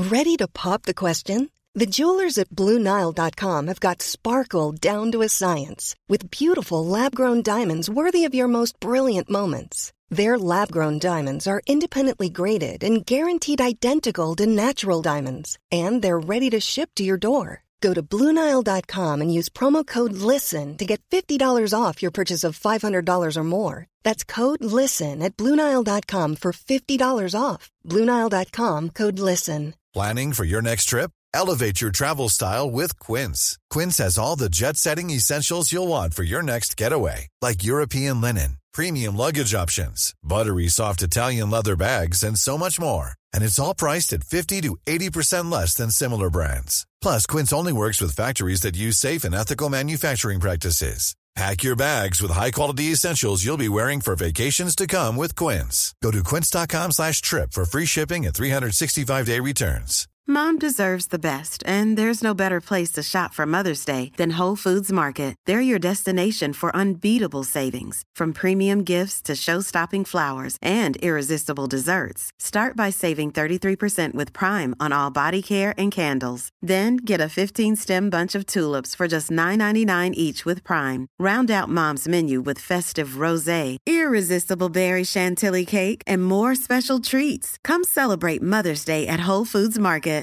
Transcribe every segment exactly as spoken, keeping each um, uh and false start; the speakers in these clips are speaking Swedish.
Ready to pop the question? The jewelers at Blue Nile dot com have got sparkle down to a science with beautiful lab-grown diamonds worthy of your most brilliant moments. Their lab-grown diamonds are independently graded and guaranteed identical to natural diamonds, and they're ready to ship to your door. Go to Blue Nile dot com and use promo code LISTEN to get fifty dollars off your purchase of five hundred dollars or more. That's code LISTEN at Blue Nile dot com for fifty dollars off. Blue Nile dot com, code LISTEN. Planning for your next trip? Elevate your travel style with Quince. Quince has all the jet-setting essentials you'll want for your next getaway, like European linen, premium luggage options, buttery soft Italian leather bags, and so much more. And it's all priced at fifty to eighty percent less than similar brands. Plus, Quince only works with factories that use safe and ethical manufacturing practices. Pack your bags with high-quality essentials you'll be wearing for vacations to come with Quince. Go to quince.com slash trip for free shipping and three sixty-five day returns. Mom deserves the best, and there's no better place to shop for Mother's Day than Whole Foods Market. They're your destination for unbeatable savings, from premium gifts to show-stopping flowers and irresistible desserts. Start by saving thirty-three percent with Prime on all body care and candles. Then get a fifteen-stem bunch of tulips for just nine ninety-nine each with Prime. Round out Mom's menu with festive rosé, irresistible berry chantilly cake, and more special treats. Come celebrate Mother's Day at Whole Foods Market.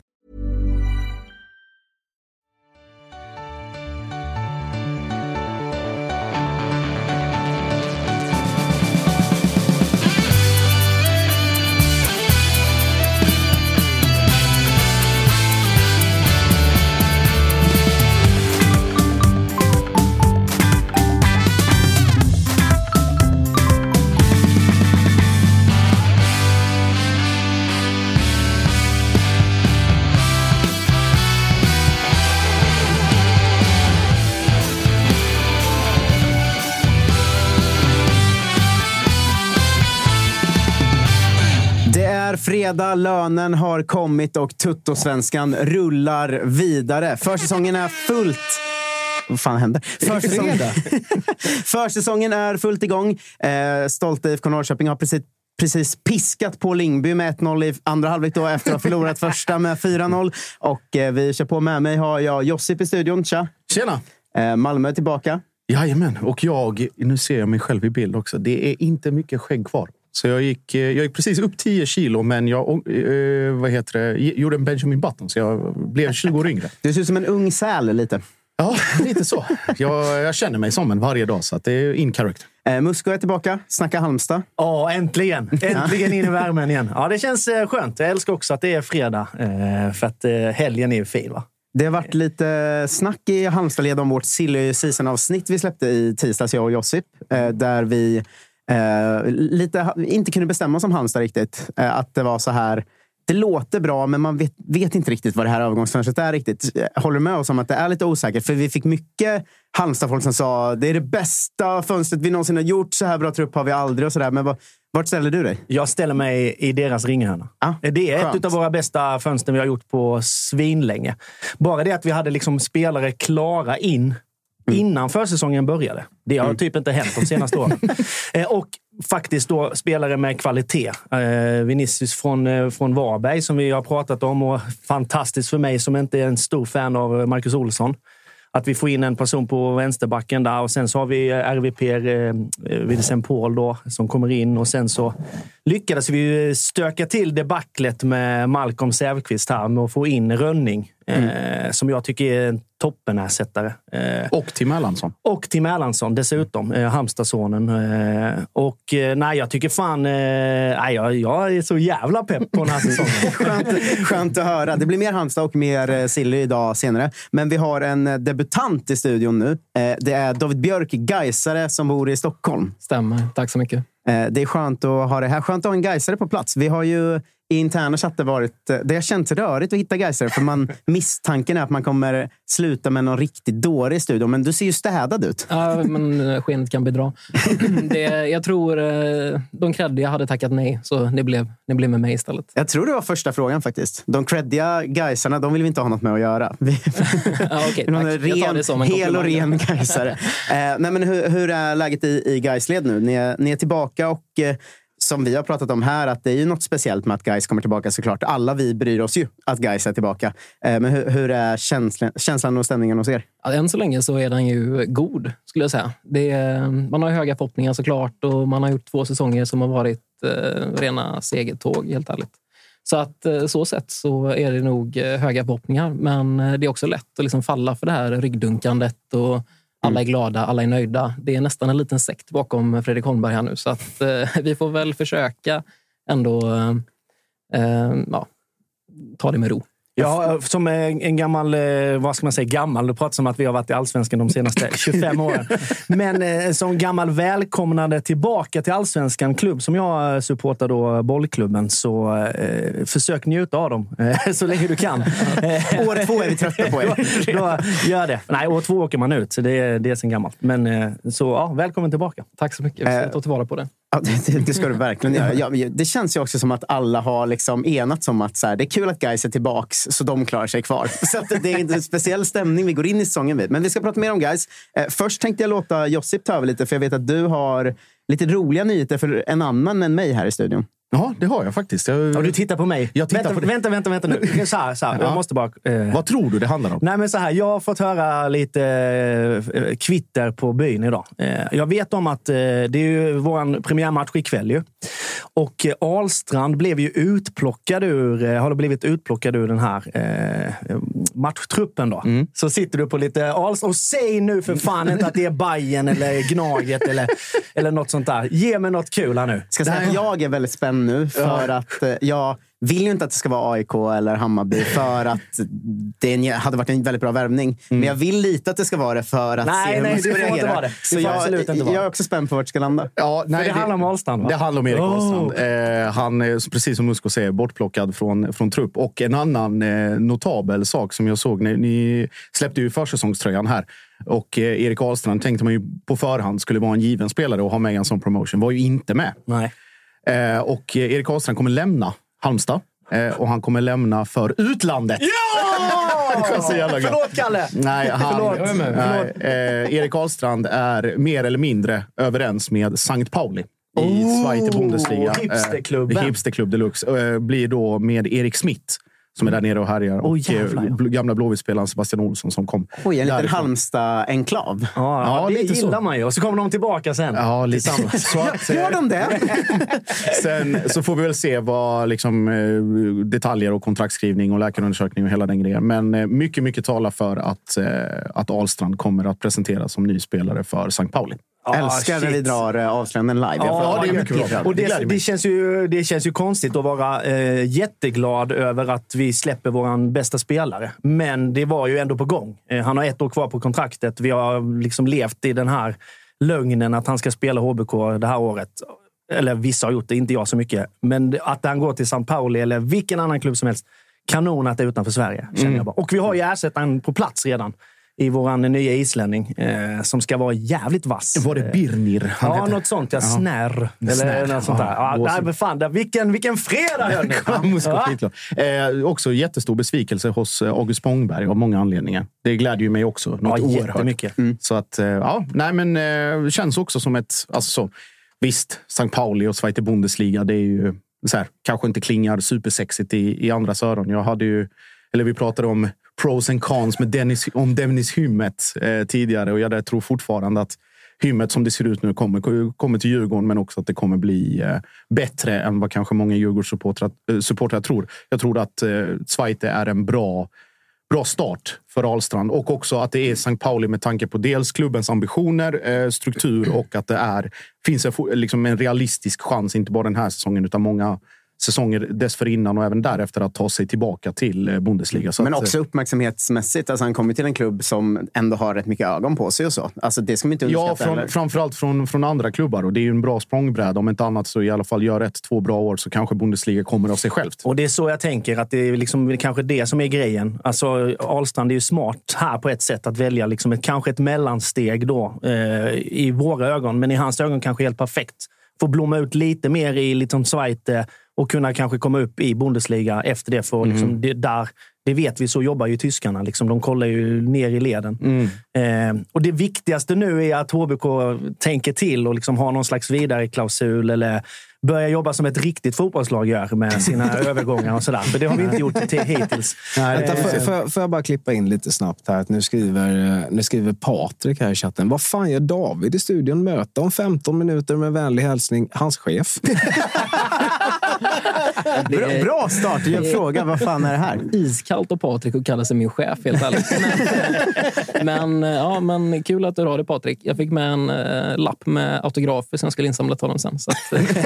Fredag, lönen har kommit och Tuttosvenskan rullar vidare. Försäsongen är fullt... Vad fan händer? Försäsongen, Försäsongen är fullt igång. Eh, Stolt I F K Norrköping har precis, precis piskat på Lingby med ett noll i andra halvlek då, efter att ha förlorat första med fyra noll. Och eh, vi kör på. Med mig har jag Josip i studion. Tja! Tjena! Eh, Malmö tillbaka. Jajamän, och jag, nu ser jag mig själv i bild också. Det är inte mycket skägg kvar. Så jag gick, jag gick precis upp tio kilo, men jag eh, vad heter det, gjorde en Benjamin Button, så jag blev tjugo år yngre. Du ser ut som en ung säl lite. Ja, lite så. Jag, jag känner mig som en varje dag, så att det är in character. Eh, Musko är tillbaka, snacka Halmstad. Ja, äntligen. Äntligen in i värmen igen. Ja, det känns eh, skönt. Jag älskar också att det är fredag, eh, för att eh, helgen är ju fin, va? Det har varit lite snack i Halmstadled om vårt silly season-avsnitt vi släppte i tisdags, jag och Josip, eh, där vi Eh, lite inte kunde bestämma oss om Halmstad riktigt. Eh, att det var så här, det låter bra, men man vet, vet inte riktigt vad det här övergångsfönstret är riktigt. Eh, håller med oss om att det är lite osäkert, för vi fick mycket Halmstad-folk som sa det är det bästa fönstret vi någonsin har gjort, så här bra trupp har vi aldrig och sådär. Men vad, vart ställer du dig? Jag ställer mig i deras ringhörna. Ah, det är skönt. Ett av våra bästa fönster vi har gjort på svinlänge. Bara det att vi hade liksom spelare klara in Mm. innan försäsongen började. Det har mm. typ inte hänt de senaste åren. eh, och faktiskt då spelare med kvalitet. Eh, Vinicius från, eh, från Varberg som vi har pratat om, och fantastiskt för mig som inte är en stor fan av Marcus Olsson. Att vi får in en person på vänsterbacken där, och sen så har vi R V P eh, Wilson Paul då som kommer in, och sen så lyckades vi stöka till debacklet med Malcolm Sävqvist här med att få in Rönning. Mm. Eh, som jag tycker är en toppenersättare. Eh, och Tim Erlandsson. Och Tim Erlandsson dessutom, eh, Halmstadsonen. Eh, och eh, nej, jag tycker fan... Eh, nej, jag, jag är så jävla pepp på den här säsongen. skönt, skönt att höra. Det blir mer Halmstad och mer eh, Silly idag senare. Men vi har en eh, debutant i studion nu. Eh, det är David Björk, Gaisare, som bor i Stockholm. Stämmer, tack så mycket. Eh, det är skönt att ha det här. Skönt att ha en Gaisare på plats. Vi har ju i interna chatter varit, det har känts rörigt att hitta Gaisare, för man, misstanken är att man kommer sluta med någon riktigt dålig studio, men du ser ju städad ut. Ja, men skenet kan bedra. Det, jag tror de creddiga hade tackat nej, så det blev, det blev med mig istället. Jag tror det var första frågan faktiskt. De creddiga Gaisarna, de vill vi inte ha något med att göra. Vi, ja, okej, någon tack. ren, Jag tar det som en hel och ren Gaisare. eh, nej, men hur, hur är läget i, i Gaisled nu? Ni är, ni är tillbaka och eh, som vi har pratat om här, att det är ju något speciellt med att Gais kommer tillbaka såklart. Alla vi bryr oss ju att Gais är tillbaka. Eh, men hur, hur är känslan, känslan och stämningen hos er? Ja, än så länge så är den ju god, skulle jag säga. Det är, man har höga förhoppningar såklart och man har gjort två säsonger som har varit eh, rena segertåg, helt ärligt. Så att eh, så sett så är det nog eh, höga förhoppningar. Men eh, det är också lätt att liksom falla för det här ryggdunkandet och alla är glada, alla är nöjda. Det är nästan en liten sekt bakom Fredrik Holmberg här nu. Så att eh, vi får väl försöka ändå eh, ja, ta det med ro. Ja, som en gammal, vad ska man säga, gammal, du pratar som att vi har varit i Allsvenskan de senaste tjugofem åren. Men som gammal välkomnande tillbaka till Allsvenskan klubb som jag supportar då, bollklubben, så eh, försök njuta av dem eh, så länge du kan. År två är vi trötta på er. Då gör det. Nej, år två åker man ut, så det är, det är sen gammalt. Men eh, så ja, välkommen tillbaka. Tack så mycket, vi ska ta tillvara på det. Ja, det, det ska du verkligen göra. Ja, det känns ju också som att alla har liksom enats om att så här, det är kul att Gais är tillbaks så de klarar sig kvar. Så att det är en speciell stämning vi går in i säsongen vid. Men vi ska prata mer om Gais. Eh, först tänkte jag låta Josip ta över lite, för jag vet att du har lite roliga nyheter för en annan än mig här i studion. Ja, det har jag faktiskt. Jag... Ja, du tittar på mig. Jag tittar vänta, på vänta, vänta, vänta nu. Så här, så här. Ja. Jag måste bara... Eh... Vad tror du det handlar om? Nej, men så här. Jag har fått höra lite eh, kvitter på byn idag. Eh, jag vet om att eh, det är ju vår premiärmatch ikväll ju. Och eh, Ahlstrand blev ju utplockad ur... Eh, har det blivit utplockad ur den här eh, matchtruppen då. Mm. Så sitter du på lite Ahlstrand och säg nu för fan inte att det är Bayern eller Gnaget eller, eller något sånt där. Ge mig något kul här nu. Ska säga, jag är väldigt spänd nu för ja. att eh, jag vill ju inte att det ska vara A I K eller Hammarby för att det hade varit en väldigt bra värvning. Mm. Men jag vill lite att det ska vara det för att nej, se hur nej, man ska det får inte vara det. Så jag, absolut inte vara. jag är också spänd på vart det ska landa. Ja, nej, för det, det handlar om Ahlstrand, va? Det handlar om Erik oh. Ahlstrand. Eh, han är, precis som Musko säger, bortplockad från, från trupp. Och en annan eh, notabel sak som jag såg, ni, ni släppte ju försäsongströjan här. Och eh, Erik Ahlstrand tänkte man ju på förhand skulle vara en given spelare och ha med en sån promotion. Var ju inte med. Nej. Eh, och eh, Erik Ahlstrand kommer lämna Halmstad. Eh, och han kommer lämna för utlandet. Ja! Så jävla glad. Förlåt, Kalle. Nej, han, Förlåt. nej eh, Erik Ahlstrand är mer eller mindre överens med Sankt Pauli i oh, Zweite Bundesliga. Hipsterklubben. Eh, hipsterklubb deluxe. Eh, blir då med Erik Smith som är där nere och härjar. Oh, och jävlar, ja. gamla Blåvitt-spelaren Sebastian Olsson som kom. Oj, en liten Halmstad-enklav. Ja, ja, ja, det lite gillar så. man ju. Och så kommer de tillbaka sen. Ja, lite så att, gör de det? Sen så får vi väl se vad liksom, detaljer och kontraktskrivning och läkarundersökning och hela den grejen. Men mycket, mycket talar för att, att Ahlstrand kommer att presenteras som ny spelare för Sankt Pauli. Ah, älskar när vi drar uh, avslöjanden live. Ja, det är mycket bra. Och det, det, känns ju, det känns ju konstigt att vara eh, jätteglad över att vi släpper våran bästa spelare. Men det var ju ändå på gång. Eh, han har ett år kvar på kontraktet. Vi har liksom levt i den här lögnen att han ska spela H B K det här året. Eller vissa har gjort det, inte jag så mycket. Men att han går till Sankt Pauli eller vilken annan klubb som helst. Kanon att det är utanför Sverige, känner mm. jag bara. Och vi har ju ersättaren på plats redan. I våran nya islänning eh, som ska vara jävligt vass. Var det Birnir? Ja, heter. Något sånt. Ja, Snärr. Eller Snär. Något sånt där. Ja, ja, men fan, där, vilken, vilken fredag, hörni! ja. eh, också jättestor besvikelse hos August Spångberg av många anledningar. Det glädjer ju mig också. Något ja, oerhört. Jättemycket. Mm. Så att, eh, ja, nej men eh, känns också som ett, alltså så, visst, Sankt Pauli och Zweite Bundesliga, det är ju så här, kanske inte klingar supersexigt i, i andra öron. Jag hade ju, eller vi pratade om pros and cons med Dennis, om Dennis Hymmet eh, tidigare och jag tror fortfarande att Hymmet som det ser ut nu kommer, kommer till Djurgården men också att det kommer bli eh, bättre än vad kanske många Djurgårdssupportrar eh, supportrar tror. Jag tror att eh, Zweite är en bra, bra start för Ahlstrand och också att det är Sankt Pauli med tanke på dels klubbens ambitioner, eh, struktur och att det är, finns en, liksom en realistisk chans, inte bara den här säsongen utan många säsonger dessförinnan och även därefter att ta sig tillbaka till Bundesliga. Så men att, också uppmärksamhetsmässigt. Alltså han kommer till en klubb som ändå har rätt mycket ögon på sig och så. Alltså det ska man inte underskatta. Ja, från, framförallt från, från andra klubbar. Och det är ju en bra språngbräda. Om inte annat så i alla fall gör ett, två bra år så kanske Bundesliga kommer av sig självt. Och det är så jag tänker att det är liksom kanske det som är grejen. Alltså Ahlstrand är ju smart här på ett sätt att välja liksom ett, kanske ett mellansteg då eh, i våra ögon. Men i hans ögon kanske helt perfekt. Få blomma ut lite mer i liksom Zweite och kunna kanske komma upp i Bundesliga efter det. För liksom, mm. det, där, det vet vi, så jobbar ju tyskarna. Liksom, de kollar ju ner i leden. Mm. Eh, och det viktigaste nu är att H B K tänker till och liksom har någon slags vidare klausul eller börja jobba som ett riktigt fotbollslag gör med sina övergångar och sådär. För det har vi inte gjort till hittills. Nej, vänta, för, för, för jag bara klippa in lite snabbt här. Att nu, skriver, nu skriver Patrik här i chatten. Vad fan gör David i studion? Möte om femton minuter med vänlig hälsning. Hans chef. Bra, bra start. Jag frågar, vad fan är det här? Iskallt och Patrik och kallar sig min chef, helt ärligt. Men, men, ja, men kul att du har det, Patrik. Jag fick med en äh, lapp med autografer som jag skulle insamla till honom sen. Så att,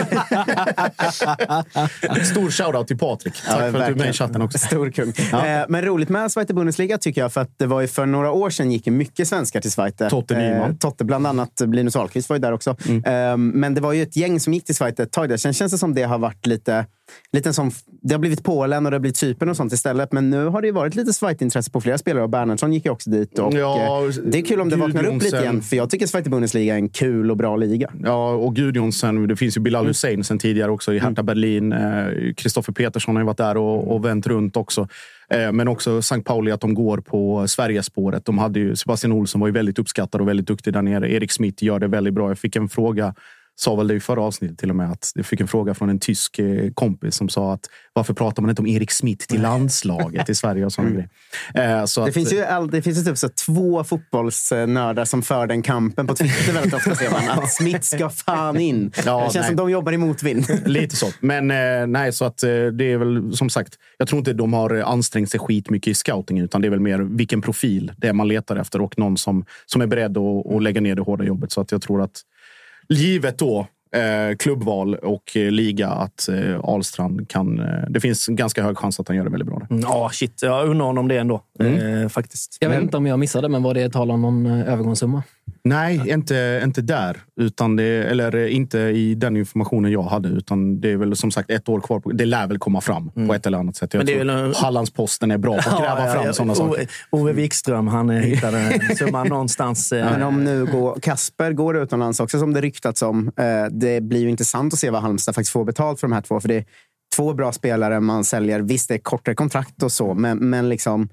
stor shoutout till Patrik. Tack ja, för att du är med i chatten också. Stor kung. Ja. Eh, men roligt med Zweite Bundesliga tycker jag, för att det var ju för några år sedan gick mycket svenskar till Zweite. Totte Nyman. Eh, Totte, bland annat Linus Ahlqvist var ju där också. Mm. Eh, men det var ju ett gäng som gick till Zweite ett tag där. Sen känns det som det har varit lite... Lite som, det har blivit Polen och det har blivit Cypern och sånt istället. Men nu har det ju varit lite Zweite-intresse på flera spelare. Och Bernhardsson gick ju också dit. Och ja, det är kul om det vaknar upp lite igen. För jag tycker Zweite Bundesliga är en kul och bra liga. Ja, och Gudjonsen, det finns ju Bilal Hussein mm. sen tidigare också i Hertha mm. Berlin. Kristoffer Petersson har ju varit där och, och vänt runt också. Men också Sankt Pauli, att de går på Sverigespåret. De hade ju, Sebastian Olsson var ju väldigt uppskattad och väldigt duktig där nere. Erik Smith gör det väldigt bra. Jag fick en fråga, sa väl det i förra avsnittet till och med, att jag fick en fråga från en tysk kompis som sa att varför pratar man inte om Erik Smith till landslaget i Sverige och sådana mm. grejer. Så det, att, finns ju, det finns ju typ så två fotbollsnördar som för den kampen på Twitter väldigt ofta, ser man att Smith ska fan in. Ja, det känns nej. som de jobbar i motvind. Lite så. Men nej, så att det är väl som sagt, jag tror inte de har ansträngt sig skit mycket i scouting, utan det är väl mer vilken profil det är man letar efter och någon som, som är beredd att, att lägga ner det hårda jobbet. Så att jag tror att givet då eh, klubbval och eh, liga att eh, Ahlstrand kan... Eh, det finns en ganska hög chans att han gör det väldigt bra. Ja, oh, shit. Jag undrar honom det ändå. Mm. Eh, faktiskt. Jag vet men, inte om jag missade, men var det tal om någon eh, övergångssumma? Nej, inte, inte där. Utan det, eller inte i den informationen jag hade. Utan det är väl som sagt ett år kvar. På, det lär väl komma fram mm. på ett eller annat sätt. Jag men det är väl, Hallandsposten är bra på att gräva ja, fram ja, sådana saker. Ove Wikström, han hittade en summa någonstans. Eh, men om nu går, Kasper går utomlands också, som det ryktats om. Eh, det blir ju intressant att se vad Halmstad faktiskt får betalt för de här två. För det är två bra spelare man säljer. Visst, det är kortare kontrakt och så. Men, men liksom...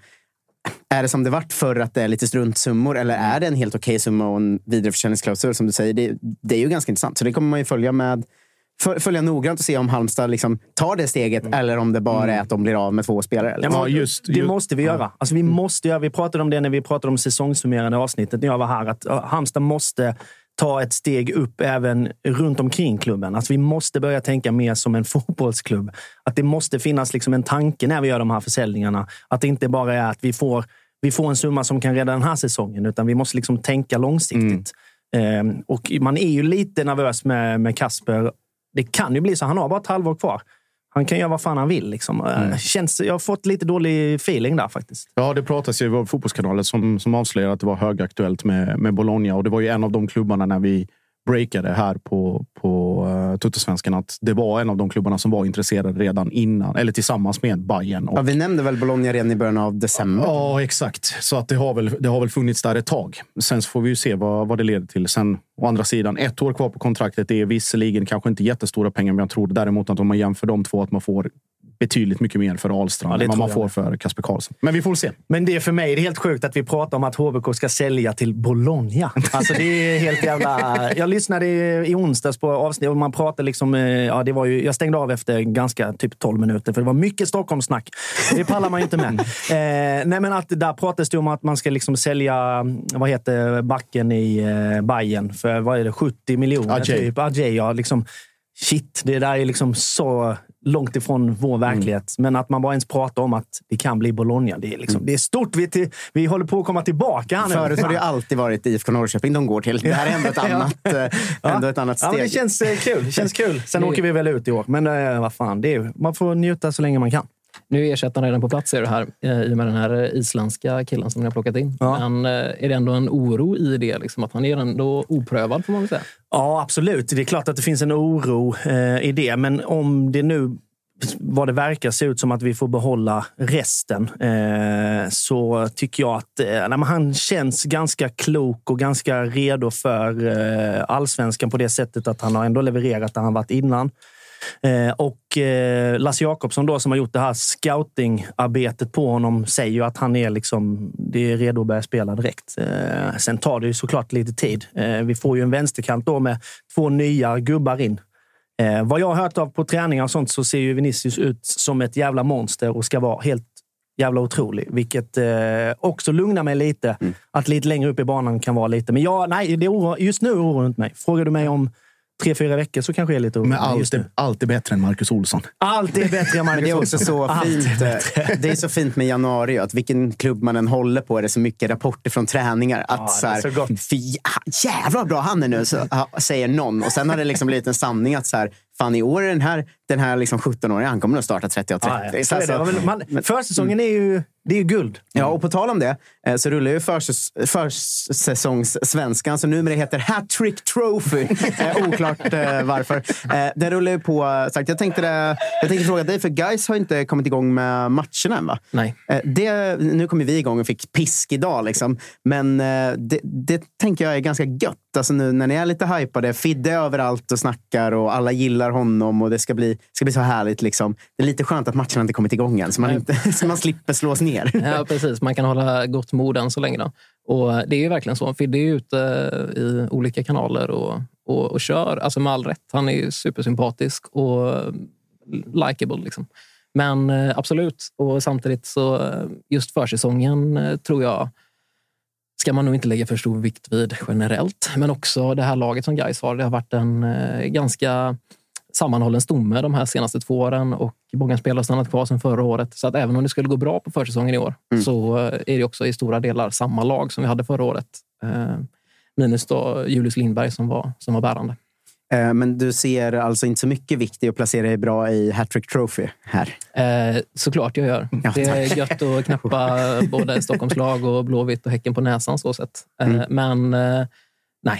Är det som det vart för att det är lite struntsummor, eller är det en helt okej summa och en vidareförsäljningsklausul som du säger? Det, det är ju ganska intressant. Så det kommer man ju följa med följa noggrant och se om Halmstad liksom tar det steget mm. eller om det bara mm. är att de blir av med två spelare. Ja, ja, just, det just. måste vi göra. Alltså, vi, måste göra. Vi pratade om det när vi pratade om säsongssummerande avsnittet när jag var här. Att Halmstad måste ta ett steg upp även runt omkring klubben. Alltså, vi måste börja tänka mer som en fotbollsklubb. Att det måste finnas liksom en tanke när vi gör de här försäljningarna. Att det inte bara är att vi får, vi får en summa som kan rädda den här säsongen. Utan vi måste liksom tänka långsiktigt. Mm. Ehm, och man är ju lite nervös med, med Kasper. Det kan ju bli så. Han har bara ett halvår kvar. Han kan göra vad fan han vill. Liksom. Mm. Känns, jag har fått lite dålig feeling där faktiskt. Ja, det pratas ju i vår fotbollskanal som, som avslöjar att det var högaktuellt med, med Bologna. Och det var ju en av de klubbarna när vi breakade här på, på uh, Tuttosvenskan, att det var en av de klubbarna som var intresserade redan innan, eller tillsammans med Bayern. Och, ja, vi nämnde väl Bologna redan i början av december. Ja, exakt. Så att det har väl, det har väl funnits där ett tag. Sen så får vi ju se vad, vad det leder till. Sen å andra sidan, ett år kvar på kontraktet, det är visserligen kanske inte jättestora pengar, men jag tror däremot att om man jämför de två att man får betydligt mycket mer för Ahlstrand ja, än vad man får jag. för Kasper Karlsson. Men vi får se. Men det är för mig det är helt sjukt att vi pratar om att H B K ska sälja till Bologna. Alltså det är helt jävla... Jag lyssnade i onsdags på avsnitt och man pratade liksom... Ja, det var ju... Jag stängde av efter ganska typ tolv minuter för det var mycket Stockholmssnack. Det pallar man ju inte med. eh, nej men att där pratas det om att man ska liksom sälja, vad heter backen i eh, Bayern för, vad är det, sjuttio miljoner Ajay. typ. Ajay, ja, liksom... Shit, det där är liksom så långt ifrån vår verklighet. Mm. Men att man bara ens pratar om att det kan bli Bologna. Det är, liksom, mm. det är stort. Vi, till, vi håller på att komma tillbaka. Här Förut har det ju alltid varit I F K Norrköping de går till. Det här är ändå ett annat, ja. ändå ett annat steg. Ja, men det känns eh, kul. Det känns kul. Sen åker vi väl ut i år. Men eh, vad fan, det är, man får njuta så länge man kan. Nu är ersättaren redan på plats är det här, i och med den här isländska killen som ni har plockat in. Ja. Men är det ändå en oro i det? Liksom, att han är ändå oprövad, får man väl säga? Ja, absolut. Det är klart att det finns en oro eh, i det. Men om det nu, vad det verkar, se ut som att vi får behålla resten, eh, så tycker jag att eh, nej, han känns ganska klok och ganska redo för eh, allsvenskan på det sättet att han har ändå levererat där han varit innan. Eh, och eh, Lasse Jakobsson då som har gjort det här scouting-arbetet på honom säger ju att han är liksom, det är redo att börja spela direkt. Eh, sen tar det ju såklart lite tid. Eh, vi får ju en vänsterkant då med två nya gubbar in. Eh, vad jag har hört av på träningar och sånt så ser ju Vinicius ut som ett jävla monster och ska vara helt jävla otrolig. Vilket eh, också lugnar mig lite. Mm. Att lite längre upp i banan kan vara lite. Men jag, nej, det oroar, just nu oroar det inte mig. Frågar du mig om tre, fyra veckor så kanske jag är lite orolig. Men allt är, allt är bättre än Marcus Olsson. Allt är bättre än Marcus Olsson. Det är också så fint. Är det är så fint med januari att vilken klubb man än håller på är det så mycket rapporter från träningar. Att ja, så här, så gott. Jävlar bra han är nu, så, säger någon. Och sen har det liksom blivit en sanning att så här, fan i år är den här, den här liksom sjutton-åringen, han kommer att starta trettio och trettio. Ja, ja. Så alltså, man, försäsongen är ju, det är ju guld. Ja, och på tal om det så rullar ju förs, försäsongssvenskan, så numera heter Hattrick Trophy. eh, oklart eh, varför. Eh, det rullar ju på, sagt, jag tänkte, det, jag tänkte fråga dig, för guys har inte kommit igång med matcherna än, va? Nej. Eh, det, nu kommer vi igång och fick pisk idag, liksom. Men eh, det, det tänker jag är ganska gött. Alltså nu när ni är lite hypade, Fidde överallt och snackar och alla gillar honom och det ska bli, ska bli så härligt liksom. Det är lite skönt att matcherna inte kommit igång än så man, inte, så man slipper slås ner. Ja, precis. Man kan hålla gott mod än så länge då. Och det är ju verkligen så. Fidde är ju ute i olika kanaler och, och, och kör. Alltså med all rätt. Han är ju supersympatisk och likeable liksom. Men absolut. Och samtidigt så just försäsongen tror jag ska man nog inte lägga för stor vikt vid generellt. Men också det här laget som Gais har. Det har varit en eh, ganska sammanhållen stomme de här senaste två åren. Och många spelare har stannat kvar sedan förra året. Så att även om det skulle gå bra på försäsongen i år mm. så är det också i stora delar samma lag som vi hade förra året. Eh, minus då Julius Lindberg som var, som var bärande. Eh, men du ser alltså inte så mycket vikt i att placera dig bra i Hattrick Trophy här? Eh, såklart jag gör. Ja, det är gött att knappa både Stockholms lag och Blåvitt och Häcken på näsan så sätt. Eh, mm. Men eh, nej.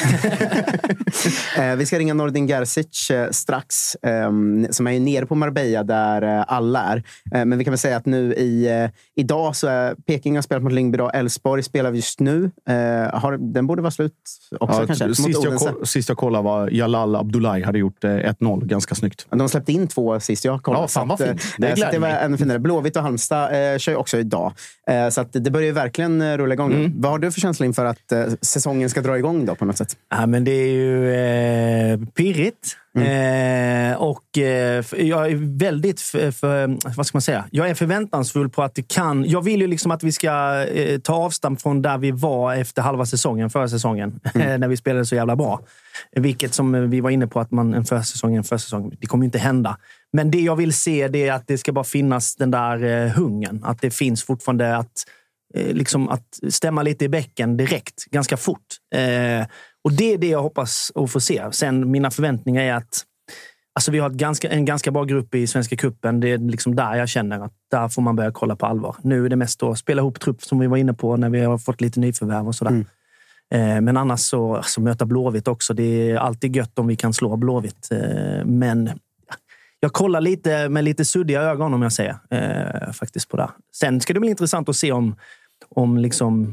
eh, vi ska ringa Nordin Gerzic eh, strax, eh, som är ju nere på Marbella där eh, alla är. Eh, men vi kan väl säga att nu i eh, idag så är Peking har spelat mot Lyngby idag. Elfsborg spelar just nu. Eh, har, den borde vara slut också ja, kanske. Sist jag, koll, sist jag kollade var Jalal Abdullahi hade gjort eh, ett noll ganska snyggt. De släppte in två sist jag kollade. Ja, fan vad fint. Det, eh, så det var ännu finare. Blåvitt och Halmstad eh, kör ju också idag. Eh, så att det börjar ju verkligen rulla igång. Mm. Vad har du för känsla inför att eh, säsongen ska dra igång då på något sätt? Ja, men det är ju eh, pirrigt. Mm. Eh, och eh, jag är väldigt för, för, vad ska man säga? Jag är förväntansfull på att det kan. Jag vill ju liksom att vi ska eh, ta avstamp från där vi var efter halva säsongen, förra säsongen, mm. när vi spelade så jävla bra. Vilket som vi var inne på att man en försäsong, en försäsong, det kommer inte hända. Men det jag vill se det är att det ska bara finnas den där eh, hungern. Att det finns fortfarande att eh, liksom att stämma lite i bäcken direkt, ganska fort. Eh, Och det är det jag hoppas att få se. Sen mina förväntningar är att alltså vi har ett ganska, en ganska bra grupp i Svenska cupen. Det är liksom där jag känner att där får man börja kolla på allvar. Nu är det mest att spela ihop trupp som vi var inne på när vi har fått lite nyförvärv och sådär. Mm. Eh, men annars så alltså, möta Blåvitt också. Det är alltid gött om vi kan slå Blåvitt. Eh, men jag kollar lite med lite suddiga ögon om jag säger eh, faktiskt på det. Sen ska det bli intressant att se om, om liksom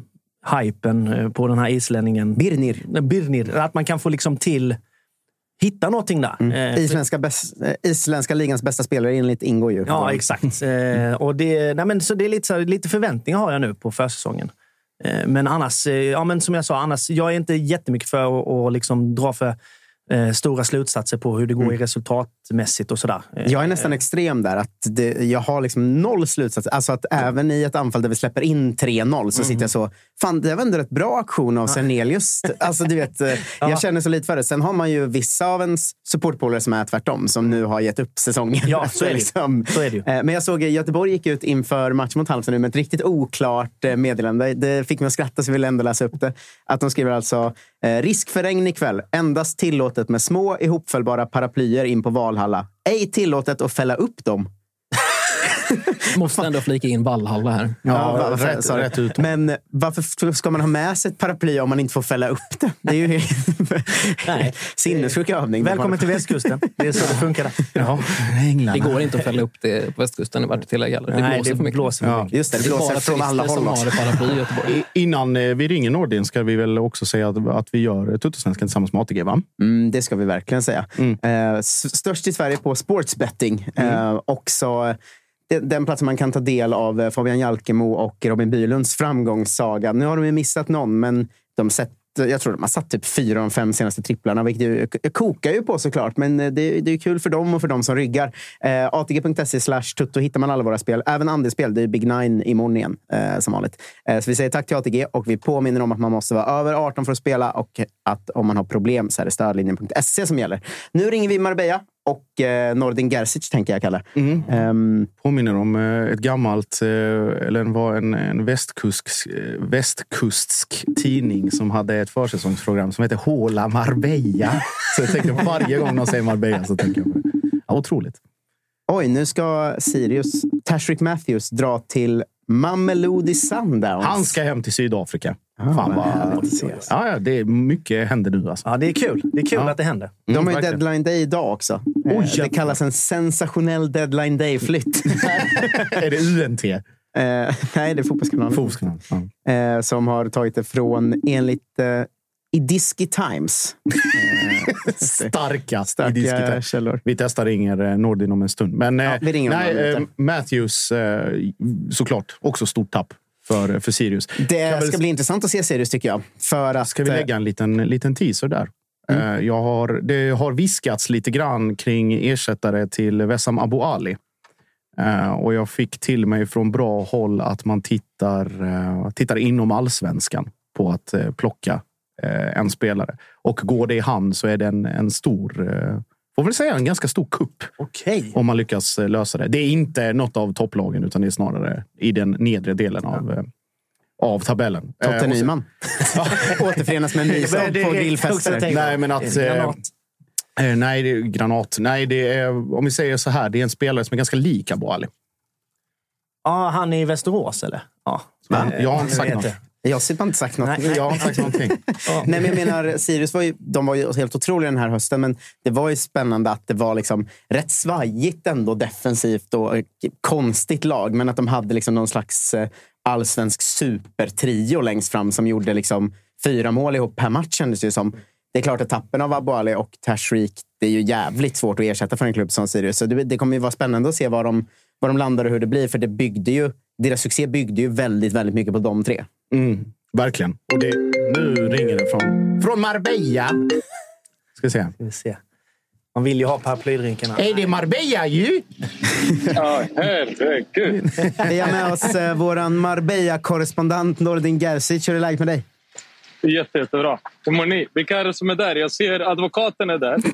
hypen på den här islänningen Birnir. Birnir. Att man kan få liksom till hitta någonting där. Mm. Isländska, bäst, isländska ligans bästa spelare enligt ingår ju. Ja, exakt. eh, och det, nej, men, så det är lite, så, lite förväntningar har jag nu på försäsongen. Eh, men annars, eh, ja, men som jag sa, annars, jag är inte jättemycket för att och liksom dra för eh, stora slutsatser på hur det går mm. i resultatmässigt och sådär. Jag är nästan extrem där. Att det, jag har liksom noll slutsatser. Alltså att mm. även i ett anfall där vi släpper in tre noll så mm. sitter jag så, fan det var ändå ett bra aktion av Sernelius. Alltså du vet, ja. jag känner så lite för det. Sen har man ju vissa av ens supportpolare som är tvärtom, som nu har gett upp säsongen. Ja, så är det, liksom. så är det ju. Men jag såg Göteborg gick ut inför match mot Halmstad nu med ett riktigt oklart meddelande. Det fick mig att skratta så jag vill ändå läsa upp det. Att de skriver alltså, risk för regn ikväll. Endast tillåtet med små ihopfällbara paraplyer in på Valhalla. Ej tillåtet att fälla upp dem. Måste ändå flika in Valhalla här. Ja, ja rätt, rätt, rätt ut. Men varför ska man ha med sig ett paraply om man inte får fälla upp det? Det är ju helt sinnessjuk övning. Välkommen till västkusten. Det är så det funkar. Ja, det går inte att fälla upp det på västkusten i vart tillägg heller. Det Nej, blåser det för mycket. Blåser ja, just det, det blåser det från alla håll. Har ett paraply i Göteborg. Innan vi ringer Nordin ska vi väl också säga att, att vi gör Tuttosvenskan tillsammans med A T G, va? Mm, det ska vi verkligen säga. Mm. Eh, störst i Sverige på sportsbetting. Mm. Eh, också den platsen man kan ta del av Fabian Jalkemo och Robin Bylunds framgångssaga. Nu har de ju missat någon, men de sätter jag tror de har satt typ fyra av de fem senaste tripplarna, vilket ju, kokar ju på såklart, men det, det är kul för dem och för dem som ryggar. Eh, A T G punkt se slash tutto hittar man alla våra spel, även andelsspel. Det är Big Nine imorgon igen, eh, som vanligt. Eh, så vi säger tack till A T G och vi påminner om att man måste vara över arton för att spela och att om man har problem så är det stödlinjen punkt se som gäller. Nu ringer vi Marbella och eh, Nordin Gerzic tänker jag kalla. Mm. Um, Påminner om eh, ett gammalt, eh, eller var en, en västkustsk, eh, västkustsk tidning som hade ett försäsongsprogram som heter Håla Marbella. Så jag tänker varje gång de säger Marbella så tänker jag på det. Ja, otroligt. Oj, nu ska Sirius, Tashreeq Matthews, dra till Mamelodi Sundowns. Han ska hem till Sydafrika. Ah, Fan vad... Ja, ja, det är mycket händer nu alltså. Ja, det är kul. Det är kul ja. att det händer. De har ju Mm, deadline day idag också. Oh, eh, det kallas en sensationell deadline day-flytt. Är det U N T? Eh, nej, det är Fotbollskanalen. Fotbollskanalen, ja. eh, som har tagit det från enligt eh, Idiski Times. Eh, Starka, starka Idiski Times. källor. Vi testar ringer eh, Nordin om en stund. Men Ja, eh, vi ringer om nej, några eh, minuter. Matthews eh, såklart också stort tapp för, för Sirius. Det Kan ska väl- bli intressant att se Sirius tycker jag. För att, Ska vi lägga en liten, liten teaser där? Mm. Jag har, det har viskats lite grann kring ersättare till Wessam Abu Ali. Uh, och jag fick till mig från bra håll att man tittar, uh, tittar inom allsvenskan på att uh, plocka uh, en spelare. Och går det i hand så är det en, en stor, uh, får väl säga en ganska stor kupp. Okej. Om man lyckas uh, lösa det. Det är inte något av topplagen utan det är snarare i den nedre delen av, uh, av tabellen. Totte Uh, Nyman. Återförenas med en ny som på grillfester. Nej, men att... Granat. Eh, nej, det är granat. Nej, det är, om vi säger så här, det är en spelare som är ganska lik Abu Ali. Ja, han är i Västerås, eller? Ja. Men jag har inte Jag sagt vet något. det. Jag har inte sagt något. Nej. Jag har inte sagt någonting. Nej, men jag menar, Sirius var ju, de var ju helt otroliga den här hösten, men det var ju spännande att det var liksom rätt svajigt ändå defensivt och konstigt lag, men att de hade liksom någon slags eh, allsvensk supertrio längst fram som gjorde liksom fyra mål ihop per match kändes det ju som. Det är klart att tappen av Abu Ali och Tashreeq, det är ju jävligt svårt att ersätta för en klubb som Sirius. Så det, det kommer ju vara spännande att se var de, var de landar och hur det blir, för det byggde ju, deras succé byggde ju väldigt, väldigt mycket på de tre. Mm, verkligen. Och det, nu ringer det från, från Marbella. Ska se. Ska vi se. Man vill ju ha paraplydrinkarna. Är det Marbella ju? Ja, herregud. Vi har med oss eh, våran Marbella-korrespondent Nordin Gerzic. Hur är det läget med dig? Det är jätte, jättebra. Hur mår ni? Vilka är det som är där? Jag ser advokaten är där.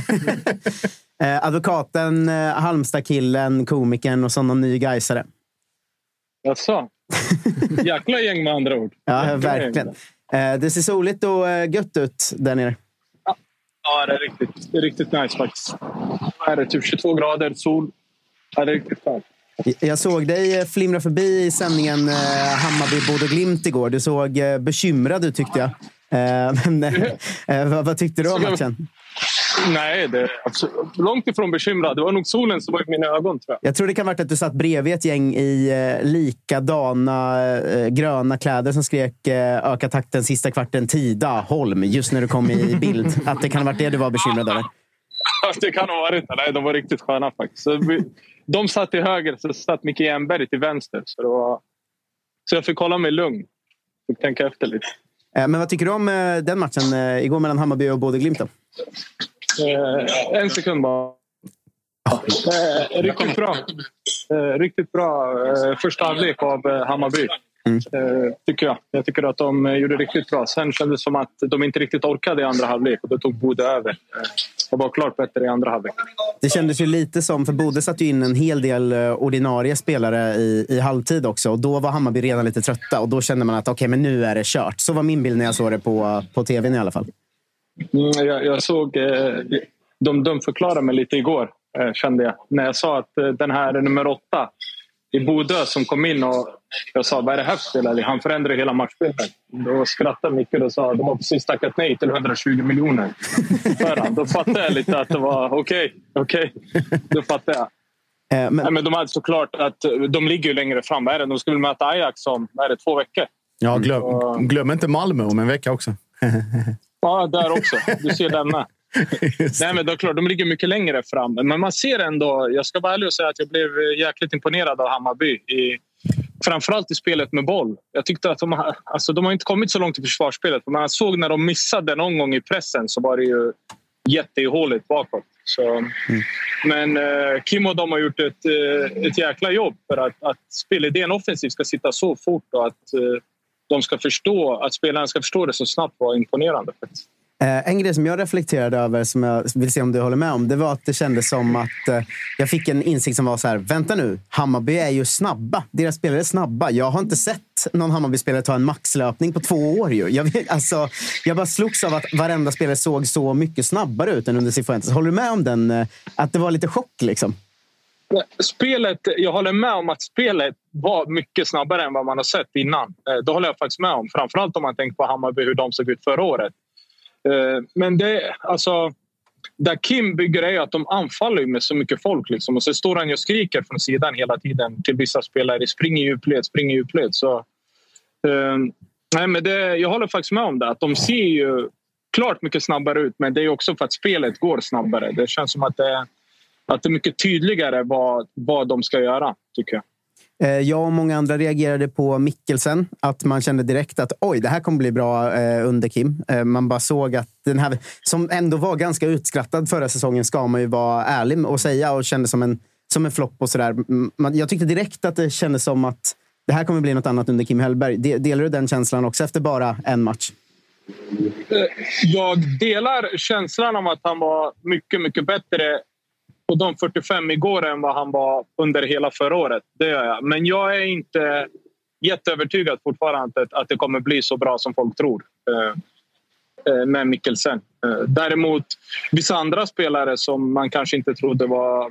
eh, advokaten, eh, Halmstad-killen, komikern och sådana ny gaisare. Jaså? Jäkla gäng med andra ord. Ja, Jäkla verkligen. gäng. Eh, det ser soligt och eh, gött ut där nere. Ja, det är riktigt, det är riktigt nice faktiskt. Här är det typ tjugotvå grader, sol. Ja, det är riktigt skönt. Jag såg dig flimra förbi i sändningen eh, Hammarby-Bodo-Glimt igår. Du såg eh, bekymrad ut tyckte jag. Eh, men, eh, vad, vad tyckte du om matchen? Nej, det är absolut, långt ifrån bekymrad. Det var nog solen som var i mina ögon, tror jag. Jag tror det kan vara att du satt bredvid ett gäng i eh, likadana eh, gröna kläder som skrek eh, öka takten sista kvarten Tida Holm just när du kom i bild. Att det kan ha varit det du var bekymrad över. Det kan ha varit det. Nej, de var riktigt sköna faktiskt. Så vi, de satt till höger, så satt Micke Jernberg till vänster. Så, det var, så jag fick hålla mig lugn. Fick tänka efter lite. Eh, men vad tycker du om eh, den matchen eh, igår mellan Hammarby och Bodo-Glimt då? Eh, en sekund bara. Eh, riktigt bra. Eh, riktigt bra eh, första halvlek av eh, Hammarby. Mm. Eh, tycker jag. Jag tycker att de eh, gjorde riktigt bra. Sen kändes det som att de inte riktigt orkade i andra halvlek. Och då tog Bodö över. Eh, det var klart bättre i andra halvlek. Det kändes ju lite som, för Bodö satt ju in en hel del eh, ordinarie spelare i, i halvtid också. Och då var Hammarby redan lite trötta. Och då kände man att okej, okay, men nu är det kört. Så var min bild när jag såg det på, på tvn i alla fall. Mm, jag, jag såg... Eh, de, de förklarade mig lite igår, eh, kände jag. När jag sa att eh, den här nummer åtta i Bodö som kom in och jag sa, vad är det här för spelare? Han förändrade hela matchbilden. Då skrattade Micke och sa, de har precis tackat nej till hundratjugo miljoner. Då fattade jag lite att det var okej, okay, okej. Okay. Då fattade jag. Eh, men... Nej, men de hade såklart att de ligger ju längre fram. Vad är det? De skulle möta Ajax om, vad är det, två veckor. Ja, glöm, så... glöm inte Malmö om en vecka också. Ja, där också. Du ser den med. Nej, men det är klart, de ligger mycket längre fram. Men man ser ändå, jag ska vara ärlig och säga att jag blev jäkligt imponerad av Hammarby i, framförallt i spelet med boll. Jag tyckte att de har, alltså de har inte kommit så långt i försvarsspelet. Man såg när de missade någon gång i pressen så var det ju jättehåligt bakåt. Så, mm. Men eh, Kim och de har gjort ett, eh, ett jäkla jobb för att, att spelidén offensivt ska sitta så fort och att eh, de ska förstå, att spelarna ska förstå det så snabbt var imponerande faktiskt. En grej som jag reflekterade över, som jag vill se om du håller med om, det var att det kändes som att eh, jag fick en insikt som var så här: vänta nu, Hammarby är ju snabba. Deras spelare är snabba. Jag har inte sett någon Hammarby-spelare ta en maxlöpning på två år ju. Jag, vet, alltså, jag bara slogs av att varenda spelare såg så mycket snabbare ut än under Cifuentes. Håller du med om den? Eh, att det var lite chock liksom? Spelet, jag håller med om att spelet var mycket snabbare än vad man har sett innan. Eh, det håller jag faktiskt med om. Framförallt om man tänker på Hammarby, hur de såg ut förra året. Men det, alltså, där Kim bygger är att de anfaller med så mycket folk liksom. Och så står han och skriker från sidan hela tiden till vissa spelare: spring i djupled, spring i djupled. Så, eh, nej, men det, jag håller faktiskt med om det, att de ser ju klart mycket snabbare ut, men det är också för att spelet går snabbare. Det känns som att det, att det är mycket tydligare vad, vad de ska göra, tycker jag. Jag och många andra reagerade på Mikkelsen. Att man kände direkt att oj, det här kommer bli bra eh, under Kim. Eh, man bara såg att den här, som ändå var ganska utskrattad förra säsongen, ska man ju vara ärlig och säga, och kände som en, som en flopp och sådär. Man, jag tyckte direkt att det kändes som att det här kommer bli något annat under Kim Hellberg. De, delar du den känslan också efter bara en match? Jag delar känslan om att han var mycket, mycket bättre på de fyrtiofem igår än vad han var under hela förra året. Det gör jag. Men jag är inte jätteövertygad fortfarande att, att det kommer bli så bra som folk tror eh, med Mikkelsen. Eh, däremot vissa andra spelare som man kanske inte trodde var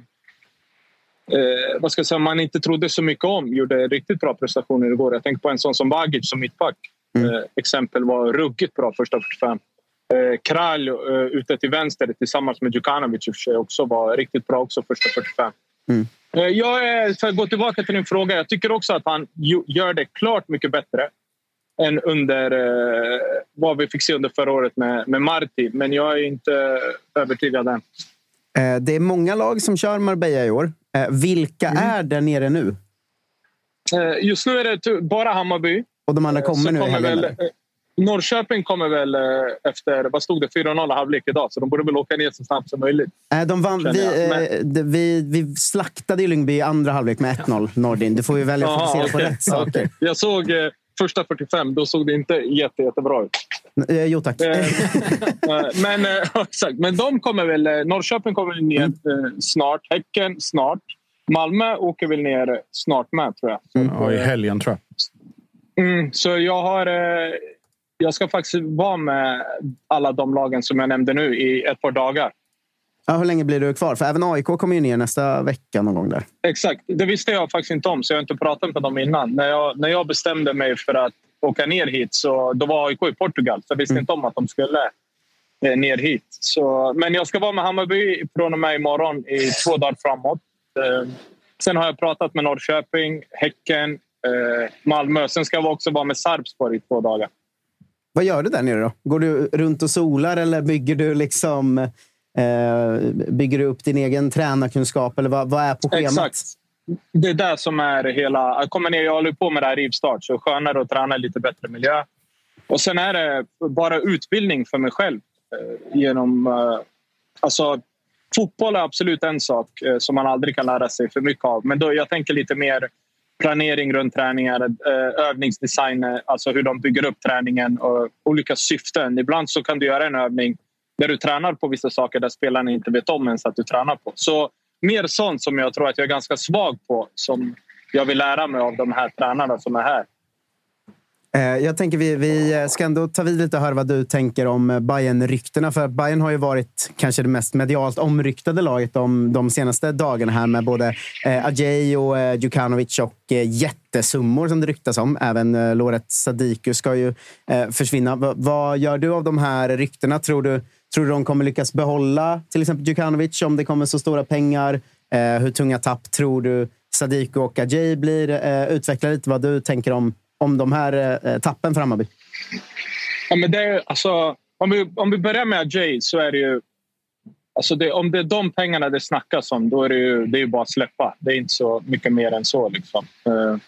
eh, vad ska jag säga, man inte trodde så mycket om, gjorde riktigt bra prestationer igår. Jag tänker på en sån som Vagic som mittback. Mm. Eh, exempel var ruggigt bra första fyrtiofem. Eh, Kralj eh, ute till vänster tillsammans med Djukanovic också var riktigt bra också första fyrtiofem. Mm. Eh, jag är, för att gå tillbaka till din fråga, jag tycker också att han gör det klart mycket bättre än under eh, vad vi fick se under förra året med, med Marti. Men jag är inte övertygad än. Eh, det är många lag som kör Marbella i år. Eh, vilka mm. är där nere nu? Eh, just nu är det t- bara Hammarby. Och de andra kommer eh, nu kommer i väl, eh, Norrköping kommer väl efter, vad stod det, fyra noll halvlek idag, så de borde väl åka ner så snabbt som möjligt. Äh, de vann, vi, Men... eh, vi, vi slaktade i Lyngby i andra halvlek med ett noll, Nordin. Du får ju välja att fokusera okay. på rätt saker. Okay. Jag såg eh, första fyrtiofem, då såg det inte jätte, jättebra ut. Eh, jo tack. Eh, men, eh, exakt. Men de kommer väl, Norrköping kommer väl ner mm. eh, snart, Häcken snart. Malmö åker väl ner snart med, tror jag. Så, mm. Ja, i helgen tror jag. Mm, så jag har... Eh, Jag ska faktiskt vara med alla de lagen som jag nämnde nu i ett par dagar. Ja, hur länge blir du kvar? För även A I K kommer ju ner nästa vecka någon gång där. Exakt, det visste jag faktiskt inte om, så jag har inte pratat med dem innan. När jag, när jag bestämde mig för att åka ner hit, så då var A I K i Portugal. Så jag visste mm. inte om att de skulle eh, ner hit. Så, men jag ska vara med Hammarby från och med imorgon i två dagar framåt. Eh, sen har jag pratat med Norrköping, Häcken, eh, Malmö. Sen ska jag också vara med Sarpsborg i två dagar. Vad gör du där nere då? Går du runt och solar eller bygger du liksom eh, bygger du upp din egen tränarkunskap, eller vad, vad är på schemat? Exakt. Det är det som är hela... Jag kommer ner, jag håller på med det här rivstart, så skönare att träna i lite bättre miljö. Och sen är det bara utbildning för mig själv eh, genom eh, alltså fotboll är absolut en sak eh, som man aldrig kan lära sig för mycket av, men då jag tänker lite mer planering runt träningar, övningsdesign, alltså hur de bygger upp träningen och olika syften. Ibland så kan du göra en övning där du tränar på vissa saker där spelarna inte vet om ens att du tränar på. Så mer sånt som jag tror att jag är ganska svag på, som jag vill lära mig av de här tränarna som är här. Jag tänker vi, vi ska ändå ta vid lite och höra vad du tänker om Bayern-ryktena. För Bayern har ju varit kanske det mest medialt omryktade laget de, de senaste dagarna här, med både eh, Ajay och eh, Djukanovic och eh, jättesummor som det ryktas om. Även eh, Loret Sadiku ska ju eh, försvinna. V- vad gör du av de här ryktena? Tror du, tror du de kommer lyckas behålla till exempel Djukanovic om det kommer så stora pengar? Eh, hur tunga tapp tror du Sadiku och Ajay blir? Eh, utveckla lite vad du tänker om om de här eh, tappen framåt. Ja, men det är, alltså, om, vi, om vi börjar med Ajay, så är det ju... Alltså det, om det är de pengarna det snackas om, då är det ju, det är ju bara att släppa. Det är inte så mycket mer än så. Liksom. Uh,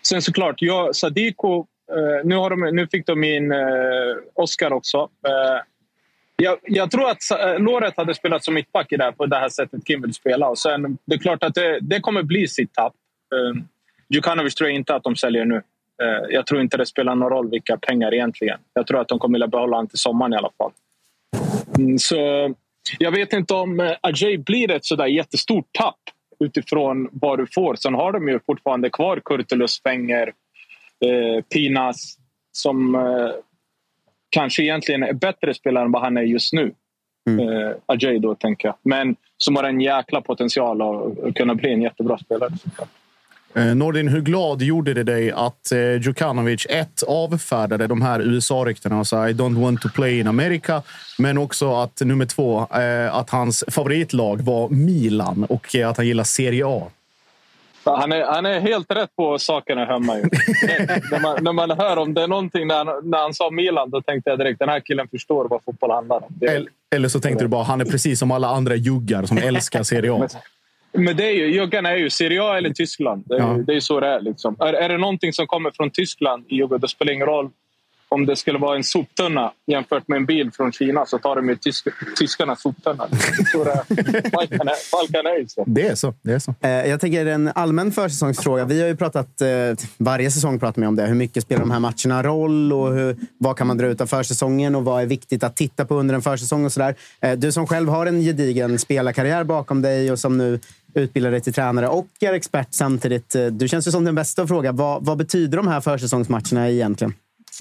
sen såklart, jag, Sadiko, eh, nu, har de, nu fick de in eh, Oscar också. Eh, jag, jag tror att eh, Låret hade spelat som mittback i det här, på det här sättet Kim vill spela. Och sen, det är klart att det, det kommer bli sitt tapp. Eh, Djukanovic tror jag inte att de säljer nu. Eh, jag tror inte det spelar någon roll vilka pengar egentligen. Jag tror att de kommer att behålla han till sommaren i alla fall. Mm, så jag vet inte om eh, Ajay blir ett sådär jättestort tapp utifrån vad du får. Sen har de ju fortfarande kvar Kurtulus, Wenger, eh, Pinas som eh, kanske egentligen är bättre spelare än vad han är just nu. Mm. Eh, Ajay då, tänker jag. Men som har en jäkla potential att kunna bli en jättebra spelare. Eh, Nordin, hur glad gjorde det dig att eh, Djukanovic ett avfärdade de här U S A-ryktena och sa I don't want to play in America, men också att nummer två, eh, att hans favoritlag var Milan och eh, att han gillar Serie A. Han är, han är helt rätt på sakerna hemma. Ju. när, man, när man hör om det är någonting, när han, när han sa Milan, då tänkte jag direkt den här killen förstår vad fotboll handlar om. Det är, eller, eller så tänkte du bara han är precis som alla andra juggar som älskar Serie A. Men det är ju, juggarna är ju Serie A eller Tyskland. Det är, ja. det är så det är. Liksom. Är, är det någonting som kommer från Tyskland i juggar, det spelar ingen roll om det skulle vara en soptunna jämfört med en bil från Kina, så tar de ju tysk, tyskarnas soptunna. Så det, Balkan är, Balkan är så. Det är så. Det är så. Eh, jag tänker en allmän försäsongsfråga. Vi har ju pratat, eh, varje säsong pratar vi om det. Hur mycket spelar de här matcherna roll och hur, vad kan man dra ut av försäsongen och vad är viktigt att titta på under en försäsong och sådär. Eh, du som själv har en gedigen spelarkarriär bakom dig och som nu utbildar dig till tränare och är expert samtidigt. Eh, du känns ju som den bästa att fråga. Vad, vad betyder de här försäsongsmatcherna egentligen?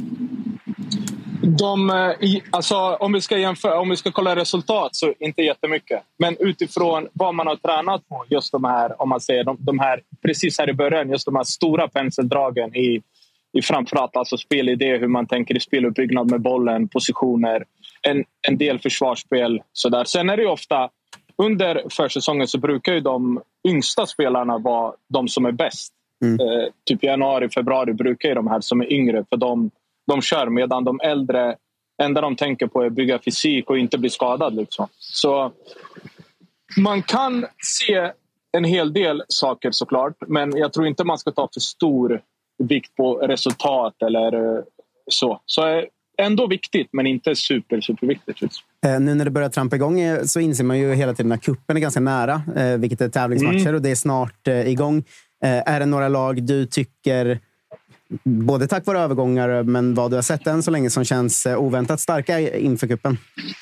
De, alltså, om vi ska jämföra, om vi ska kolla resultat så inte jättemycket. Men utifrån vad man har tränat på, just de här, om man säger de, de här precis här i början, just de här stora penseldragen i, i framförallt alltså spelidé, hur man tänker i speluppbyggnad med bollen, positioner, en, en del försvarsspel. Så där. Sen är det ju ofta, under försäsongen så brukar ju de yngsta spelarna vara de som är bäst. Mm. Eh, typ januari, februari brukar ju de här som är yngre, för de De kör, medan de äldre enda de tänker på är att bygga fysik och inte bli skadad. Liksom. Så man kan se en hel del saker såklart, men jag tror inte man ska ta för stor vikt på resultat eller så. Så ändå viktigt, men inte super, superviktigt. Liksom. Eh, nu när det börjar trampa igång så inser man ju hela tiden att kuppen är ganska nära, eh, vilket är tävlingsmatcher mm. och det är snart eh, igång. Eh, är det några lag du tycker, både tack vare övergångar, men vad du har sett än så länge, som känns oväntat starka inför kuppen?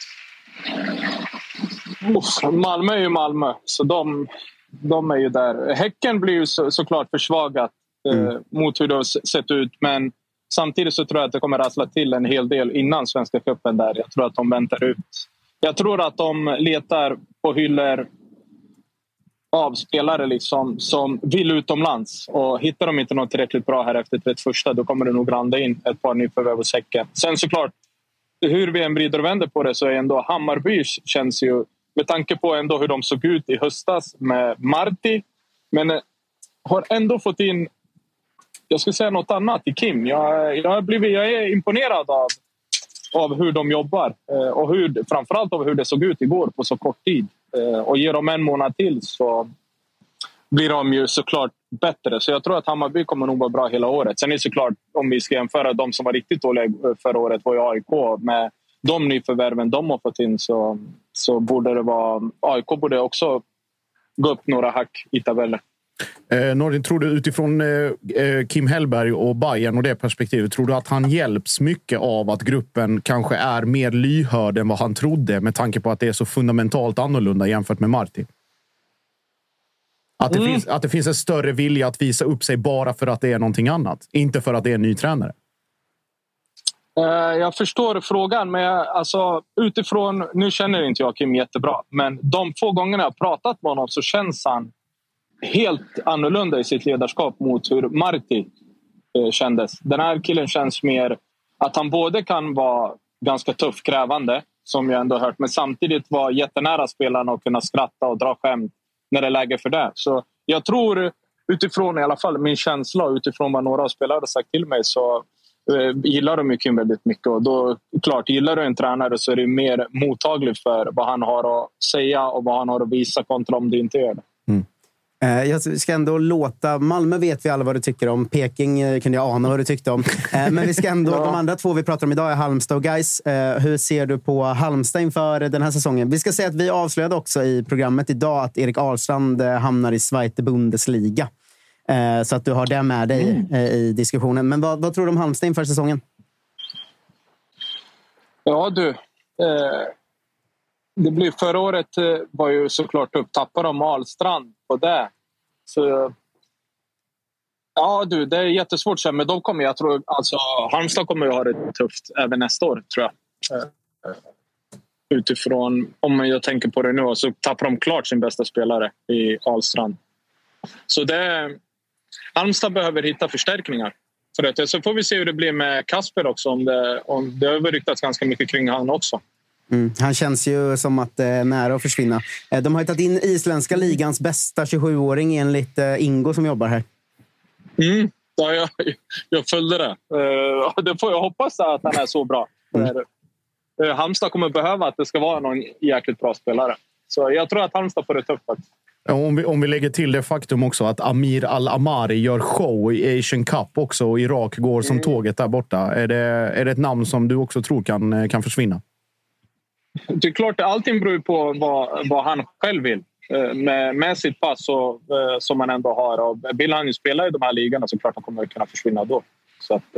Oh, Malmö är ju Malmö, så de, de är ju där. Häcken blir ju så, såklart försvagat mm. eh, mot hur det har sett ut, men samtidigt så tror jag att det kommer rassla till en hel del innan Svenska cupen där. Jag tror att de väntar ut. Jag tror att de letar på hyllor av spelare liksom, som vill utomlands, och hittar de inte något tillräckligt bra här efter trettioförsta, då kommer det nog randa in ett par nyförvärv hos Häcken. Sen såklart, hur vi än vrider och vänder på det, så är ändå Hammarby, känns ju, med tanke på ändå hur de såg ut i höstas med Marti, men eh, har ändå fått in, jag skulle säga något annat i Kim. Jag, jag, har blivit, jag är imponerad av, av hur de jobbar eh, och hur, framförallt av hur det såg ut igår på så kort tid. Och ger dem en månad till så blir de ju såklart bättre. Så jag tror att Hammarby kommer nog vara bra hela året. Sen är det såklart, om vi ska jämföra de som var riktigt dåliga förra året, var ju A I K. Med de nyförvärven de har fått in, så, så borde det vara, A I K borde också gå upp några hack i tabellen. Eh, Nordin, tror du utifrån eh, Kim Hellberg och Bayern och det perspektivet, tror du att han hjälps mycket av att gruppen kanske är mer lyhörd än vad han trodde, med tanke på att det är så fundamentalt annorlunda jämfört med Marti? Att det, mm. finns, att det finns en större vilja att visa upp sig bara för att det är någonting annat, inte för att det är en ny tränare? Uh, jag förstår frågan, men jag, alltså, utifrån, nu känner inte jag Kim jättebra, men de få gångerna jag har pratat med honom så känns han helt annorlunda i sitt ledarskap mot hur Marti eh, kändes. Den här killen känns mer att han både kan vara ganska tuff, krävande, som jag ändå hört, men samtidigt vara jättenära spelarna och kunna skratta och dra skämt när det är läge för det. Så jag tror, utifrån i alla fall min känsla, utifrån vad några spelare har sagt till mig, så eh, gillar de ju Kim väldigt mycket. Och då, klart, gillar du en tränare så är det mer mottaglig för vad han har att säga och vad han har att visa kontra om det inte gör det. Mm. Jag ska ändå låta... Malmö vet vi alla vad du tycker om. Peking kunde jag ana vad du tyckte om. Men vi ska ändå... Ja. De andra två vi pratar om idag är Halmstad och Gais. Hur ser du på Halmstad inför den här säsongen? Vi ska säga att vi avslöjade också i programmet idag att Erik Ahlstrand hamnar i Zweite Bundesliga. Så att du har det med dig mm. i diskussionen. Men vad, vad tror du om Halmstad inför säsongen? Ja du... Eh... Det blir förra året var ju såklart upp. Tappar de Ahlstrand på det. Så ja du, det är jättesvårt att säga. Men de kommer, jag tror, alltså Halmstad kommer ju ha det tufft även nästa år, tror jag. Utifrån, om jag tänker på det nu, så tappar de klart sin bästa spelare i Ahlstrand. Så det, Halmstad behöver hitta förstärkningar. För det. Så får vi se hur det blir med Kasper också. Om det, om det har ryktats ganska mycket kring han också. Mm. Han känns ju som att det är nära att försvinna. De har ju tagit in isländska ligans bästa tjugosjuåring enligt Ingo som jobbar här. Mm. Ja, jag, jag följde det. Uh, det får jag hoppas att han är så bra. Mm. Uh, Halmstad kommer behöva att det ska vara någon jäkligt bra spelare. Så jag tror att Halmstad får det tufft faktiskt. Om vi, om vi lägger till det faktum också att Amir Al-Amari gör show i Asian Cup också och Irak går som mm. tåget där borta. Är det, är det ett namn som du också tror kan, kan försvinna? Det är klart, allting beror på vad, vad han själv vill med, med sitt pass och, som han ändå har. Och vill han ju spela i de här ligorna så klart han kommer kunna försvinna då. Så, att,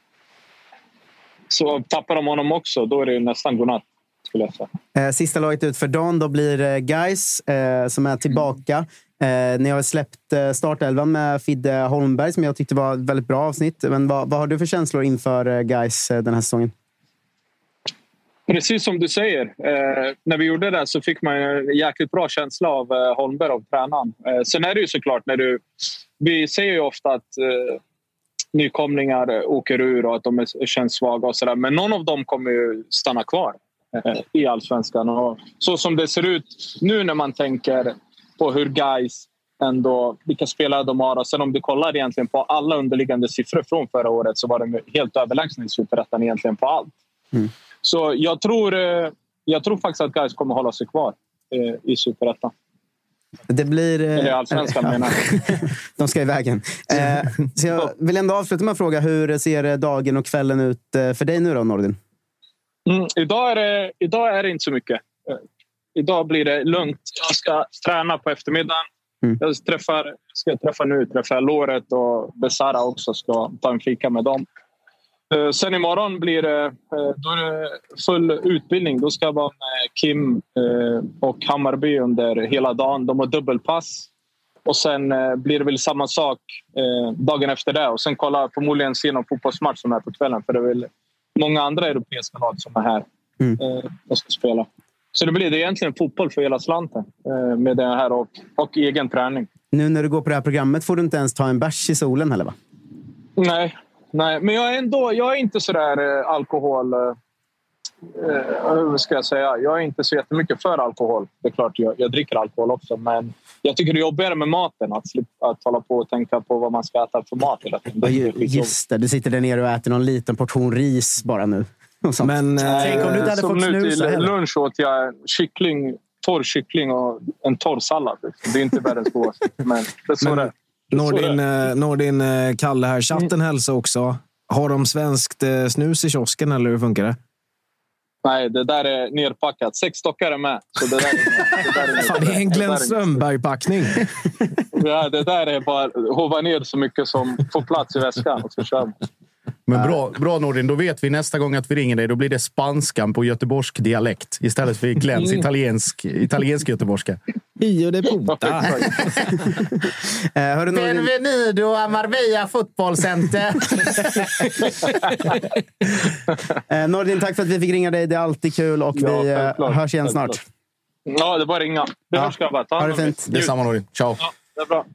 så tappar de honom också, då är det nästan godnatt, skulle jag säga. Sista laget ut för dagen, då blir Gais som är tillbaka. Ni har släppt startelvan med Fidde Holmberg som jag tyckte var ett väldigt bra avsnitt. Men vad, vad har du för känslor inför Gais den här säsongen? Precis som du säger, eh, när vi gjorde det så fick man en jäkligt bra känsla av eh, Holmberg och tränaren. Eh, sen är det ju såklart när du... Vi ser ju ofta att eh, nykomlingar åker ur och att de är, känns svaga och sådär. Men någon av dem kommer ju stanna kvar eh, i Allsvenskan. Och så som det ser ut nu när man tänker på hur Gais ändå, vilka spelare de har. Och sen om du kollar egentligen på alla underliggande siffror från förra året så var de helt överlägsna i Superettan egentligen på allt. Mm. Så jag tror, jag tror faktiskt att Gais kommer hålla sig kvar i Superettan. Det blir... Eller Allsvenskan, menar jag. De ska i vägen. Eh, så jag vill ändå avsluta med att fråga, hur ser dagen och kvällen ut för dig nu då, Nordin? Mm, idag, är det, idag är det inte så mycket. Idag blir det lugnt. Jag ska träna på eftermiddagen. Mm. Jag träffar, ska träffa nu, träffa Låret och Besara också. Ska ta en fika med dem. Sen imorgon blir det, då är det full utbildning. Då ska jag vara med Kim och Hammarby under hela dagen. De har dubbelpass. Och sen blir det väl samma sak dagen efter det. Och sen kolla förmodligen se någon fotbollsmatch som är på kvällen. För det är väl många andra europeiska lag som är här mm. och ska spela. Så det blir det egentligen fotboll för hela slanten med det här och, och egen träning. Nu när du går på det här programmet får du inte ens ta en bärs i solen heller, va? Nej. Nej, men jag är ändå, jag är inte så där eh, alkohol, eh, hur ska jag säga, jag är inte så jättemycket för alkohol. Det är klart, jag, jag dricker alkohol också, men jag tycker det är jobbigare med maten, att slippa att hålla på och tänka på vad man ska äta för mat hela tiden. Det just det, du sitter där nere och äter någon liten portion ris bara nu. Men eh, tänk om du inte hade fått snusa till lunch åt jag kyckling, torr kyckling och en torr sallad. Det är inte världens godaste, men det är så men... det Nordin, Nordin Kalle här, chatten mm. hälsa också. Har de svenskt snus i kiosken eller hur funkar det? Nej, det där är nerpackat. Sex stockar är med. Så det, där är, det, där är, Fan, det är en Glenn Strömberg-packning. Ja, det där är bara hova ner så mycket som får plats i väskan och så kör vi. Men bra, bra Nordin, då vet vi nästa gång att vi ringer dig, då blir det spanskan på göteborgsk dialekt istället för Glenns mm. italiensk, italiensk göteborgska. Io de puta. Benvenido a Marbella fotbollscenter. eh, Nordin, tack för att vi fick ringa dig. Det är alltid kul och ja, vi självklart. hörs igen snart. Ja, det är bara ringa. Det ja. hörs grabbar. Ha det fint. Det är samma Nordin. Ciao. Ja, det är bra.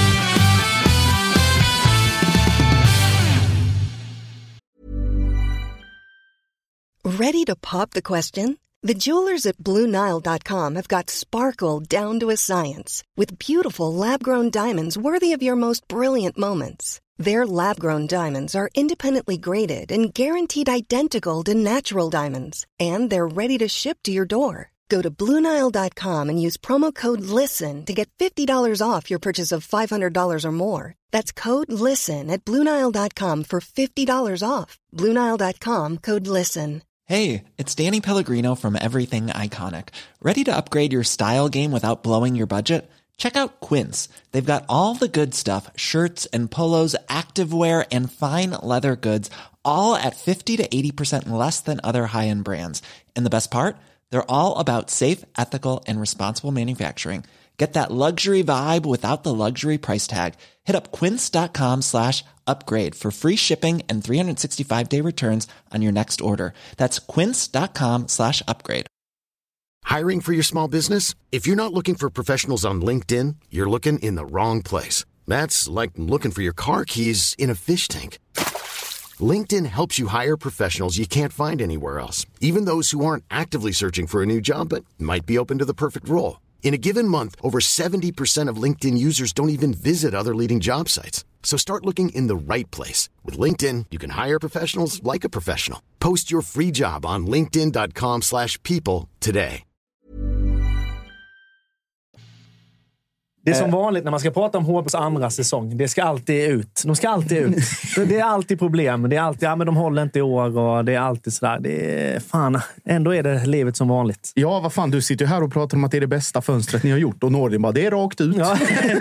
Ready to pop the question? The jewelers at Blue Nile dot com have got sparkle down to a science with beautiful lab-grown diamonds worthy of your most brilliant moments. Their lab-grown diamonds are independently graded and guaranteed identical to natural diamonds, and they're ready to ship to your door. Go to Blue Nile dot com and use promo code LISTEN to get fifty dollars off your purchase of five hundred dollars or more. That's code LISTEN at Blue Nile dot com for fifty dollars off. Blue Nile dot com, code LISTEN. Hey, it's Danny Pellegrino from Everything Iconic. Ready to upgrade your style game without blowing your budget? Check out Quince. They've got all the good stuff, shirts and polos, activewear, and fine leather goods, all at fifty to eighty percent less than other high-end brands. And the best part? They're all about safe, ethical, and responsible manufacturing. Get that luxury vibe without the luxury price tag. Hit up quince.com slash upgrade for free shipping and three sixty-five day returns on your next order. That's quince.com slash upgrade. Hiring for your small business? If you're not looking for professionals on LinkedIn, you're looking in the wrong place. That's like looking for your car keys in a fish tank. LinkedIn helps you hire professionals you can't find anywhere else, even those who aren't actively searching for a new job but might be open to the perfect role. In a given month, over seventy percent of LinkedIn users don't even visit other leading job sites. So start looking in the right place. With LinkedIn, you can hire professionals like a professional. Post your free job on linkedin dot com slash people today. Det är som vanligt när man ska prata om H B:s andra säsong. Det ska alltid ut. De ska alltid ut. Det är alltid problem. Det är alltid, ja men de håller inte i år och det är alltid sådär. Det är, fan, ändå är det livet som vanligt. Ja, vad fan, du sitter ju här och pratar om att det är det bästa fönstret ni har gjort och Nordin bara, det är rakt ut. Ja.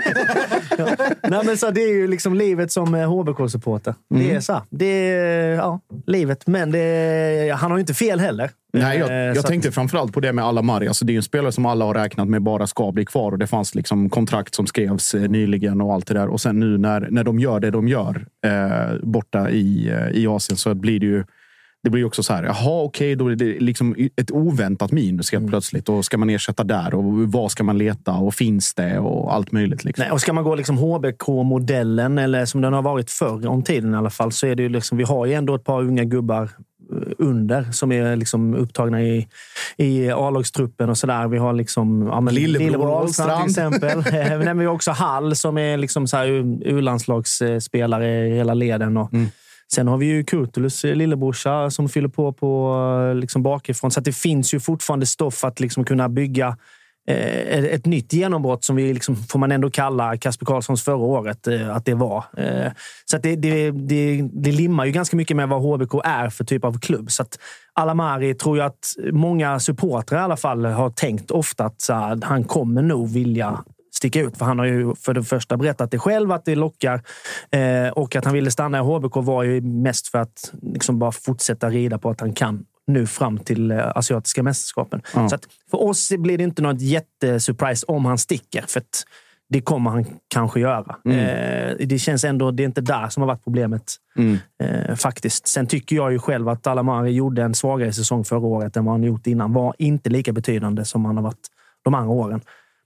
Ja. Nej men så det är ju liksom livet som H B K-supporter. Mm. Det är så. Det är, ja, livet. Men det, han har ju inte fel heller. Nej, jag, jag tänkte framförallt på det med Alamari. Alltså det är ju en spelare som alla har räknat med bara ska bli kvar. Och det fanns liksom kontrakt som skrevs eh, nyligen och allt det där. Och sen nu när, när de gör det de gör eh, borta i, eh, i Asien så blir det ju det blir också så här, jaha okej, då är det liksom ett oväntat minus helt mm. plötsligt. Och ska man ersätta där och vad ska man leta och finns det och allt möjligt. Liksom. Nej, och ska man gå liksom H B K-modellen eller som den har varit förr om tiden i alla fall så är det ju liksom, vi har ju ändå ett par unga gubbar under som är liksom upptagna i, i A-lagstruppen och sådär. Vi har liksom ja, men Lillebror Ahlstrand till exempel. Men vi har också Hall som är liksom så här U-landslagsspelare i hela leden och mm. sen har vi ju Kurtulus lillebrorsa som fyller på på liksom bakifrån. Så att det finns ju fortfarande stoff att liksom kunna bygga eh, ett nytt genombrott som vi liksom, får man ändå kalla Kasper Karlssons förra året eh, att det var. Eh, så att det, det, det, det limmar ju ganska mycket med vad H B K är för typ av klubb. Så att Alamari tror jag att många supportrar i alla fall har tänkt ofta att så här, han kommer nog vilja sticka ut. För han har ju för det första berättat det själv att det lockar. Eh, och att han ville stanna i H B K var ju mest för att liksom bara fortsätta rida på att han kan nu fram till eh, asiatiska mästerskapen. Mm. Så att för oss blir det inte något jättesurprise om han sticker. För att det kommer han kanske göra. Mm. Eh, det känns ändå, det är inte där som har varit problemet. Mm. Eh, faktiskt. Sen tycker jag ju själv att Alamari gjorde en svagare säsong förra året än vad han gjort innan. Var inte lika betydande som han har varit de andra åren.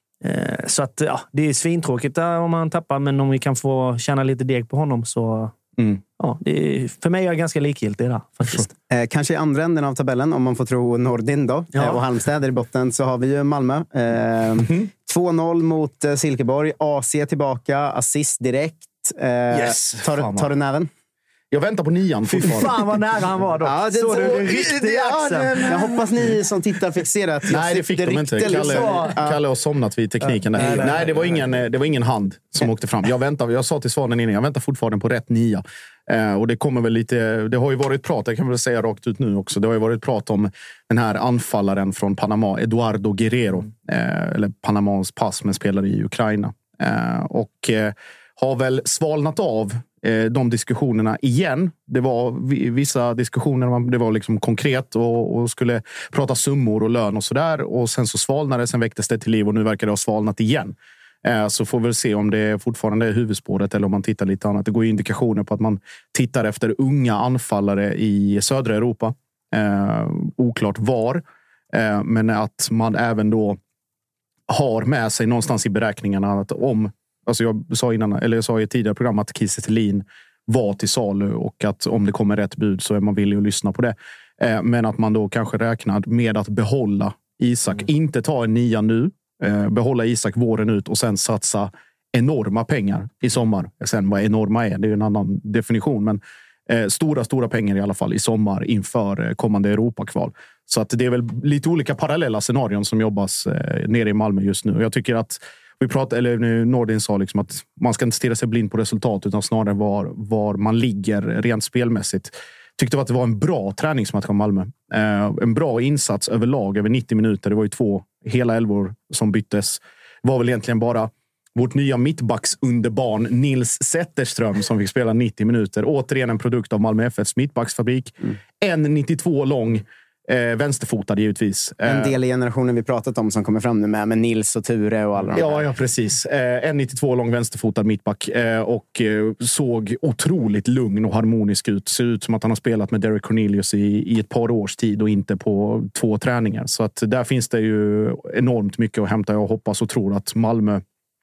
Så att ja, det är svintråkigt om man tappar, men om vi kan få tjäna lite deg på honom så mm. ja, det är, för mig är jag ganska likgiltig där faktiskt. Eh, kanske i andra änden av tabellen, om man får tro Nordin då, ja. eh, och Halmstad i botten, så har vi ju Malmö. Eh, mm-hmm. två noll mot eh, Silkeborg, A C tillbaka, assist direkt. Eh, yes. Tar, tar du näven? Jag väntar på nian fortfarande. Fan vad nära han var då. Ja, det så du det riktigt ja, jag hoppas ni som tittar fick se det. Nej, det fick det de inte. Kalle, ja. Kalle har somnat vid tekniken. Ja, nej, nej, nej, det var ingen, det var ingen hand som åkte fram. Jag väntar, jag sa till Svanen innan, jag väntar fortfarande på rätt nia. Eh, och det kommer väl lite, det har ju varit prat, jag kan väl säga rakt ut nu också. Det har ju varit prat om den här anfallaren från Panama, Eduardo Guerrero. Eh, eller Panamans pass, men spelar i Ukraina. Eh, och eh, har väl svalnat av de diskussionerna igen. Det var vissa diskussioner, det var liksom konkret och, och skulle prata summor och lön och sådär. Och sen så svalnade, sen väcktes det till liv och nu verkar det ha svalnat igen. Eh, så får vi se om det fortfarande är huvudspåret eller om man tittar lite annat. Det går ju indikationer på att man tittar efter unga anfallare i södra Europa. Eh, oklart var. Eh, men att man även då har med sig någonstans i beräkningarna att om Alltså jag sa innan, eller jag sa i ett tidigare program att Kiese Thelin var till salu och att om det kommer rätt bud så är man villig att lyssna på det. Eh, men att man då kanske räknar med att behålla Isak. Mm. Inte ta en nia nu, eh, behålla Isak våren ut och sen satsa enorma pengar i sommar. Sen vad enorma är, det är en annan definition. Men Eh, stora, stora pengar i alla fall i sommar inför eh, kommande Europakval. Så att det är väl lite olika parallella scenarion som jobbas eh, nere i Malmö just nu. Och jag tycker att vi pratar, eller nu Nordin sa liksom att man ska inte stirra sig blind på resultat utan snarare var, var man ligger rent spelmässigt. Tyckte att det var en bra träningsmatch av Malmö. Eh, en bra insats överlag över nittio minuter. Det var ju två hela elvor som byttes. Det var väl egentligen bara vårt nya mittbacksunderbarn Nils Zetterström som fick spela nittio minuter. Återigen en produkt av Malmö F F:s mittbacksfabrik. Mm. En nittiotvå lång. Eh, vänsterfotad givetvis. En del i generationen vi pratat om som kommer fram nu med, med Nils och Ture och alla de ja, där. ja, precis. Eh, en nittiotvå lång vänsterfotad mittback eh, och eh, såg otroligt lugn och harmonisk ut. Ser ut som att han har spelat med Derek Cornelius i, i ett par års tid och inte på två träningar. Så att där finns det ju enormt mycket att hämta. Jag hoppas och tror att Malmö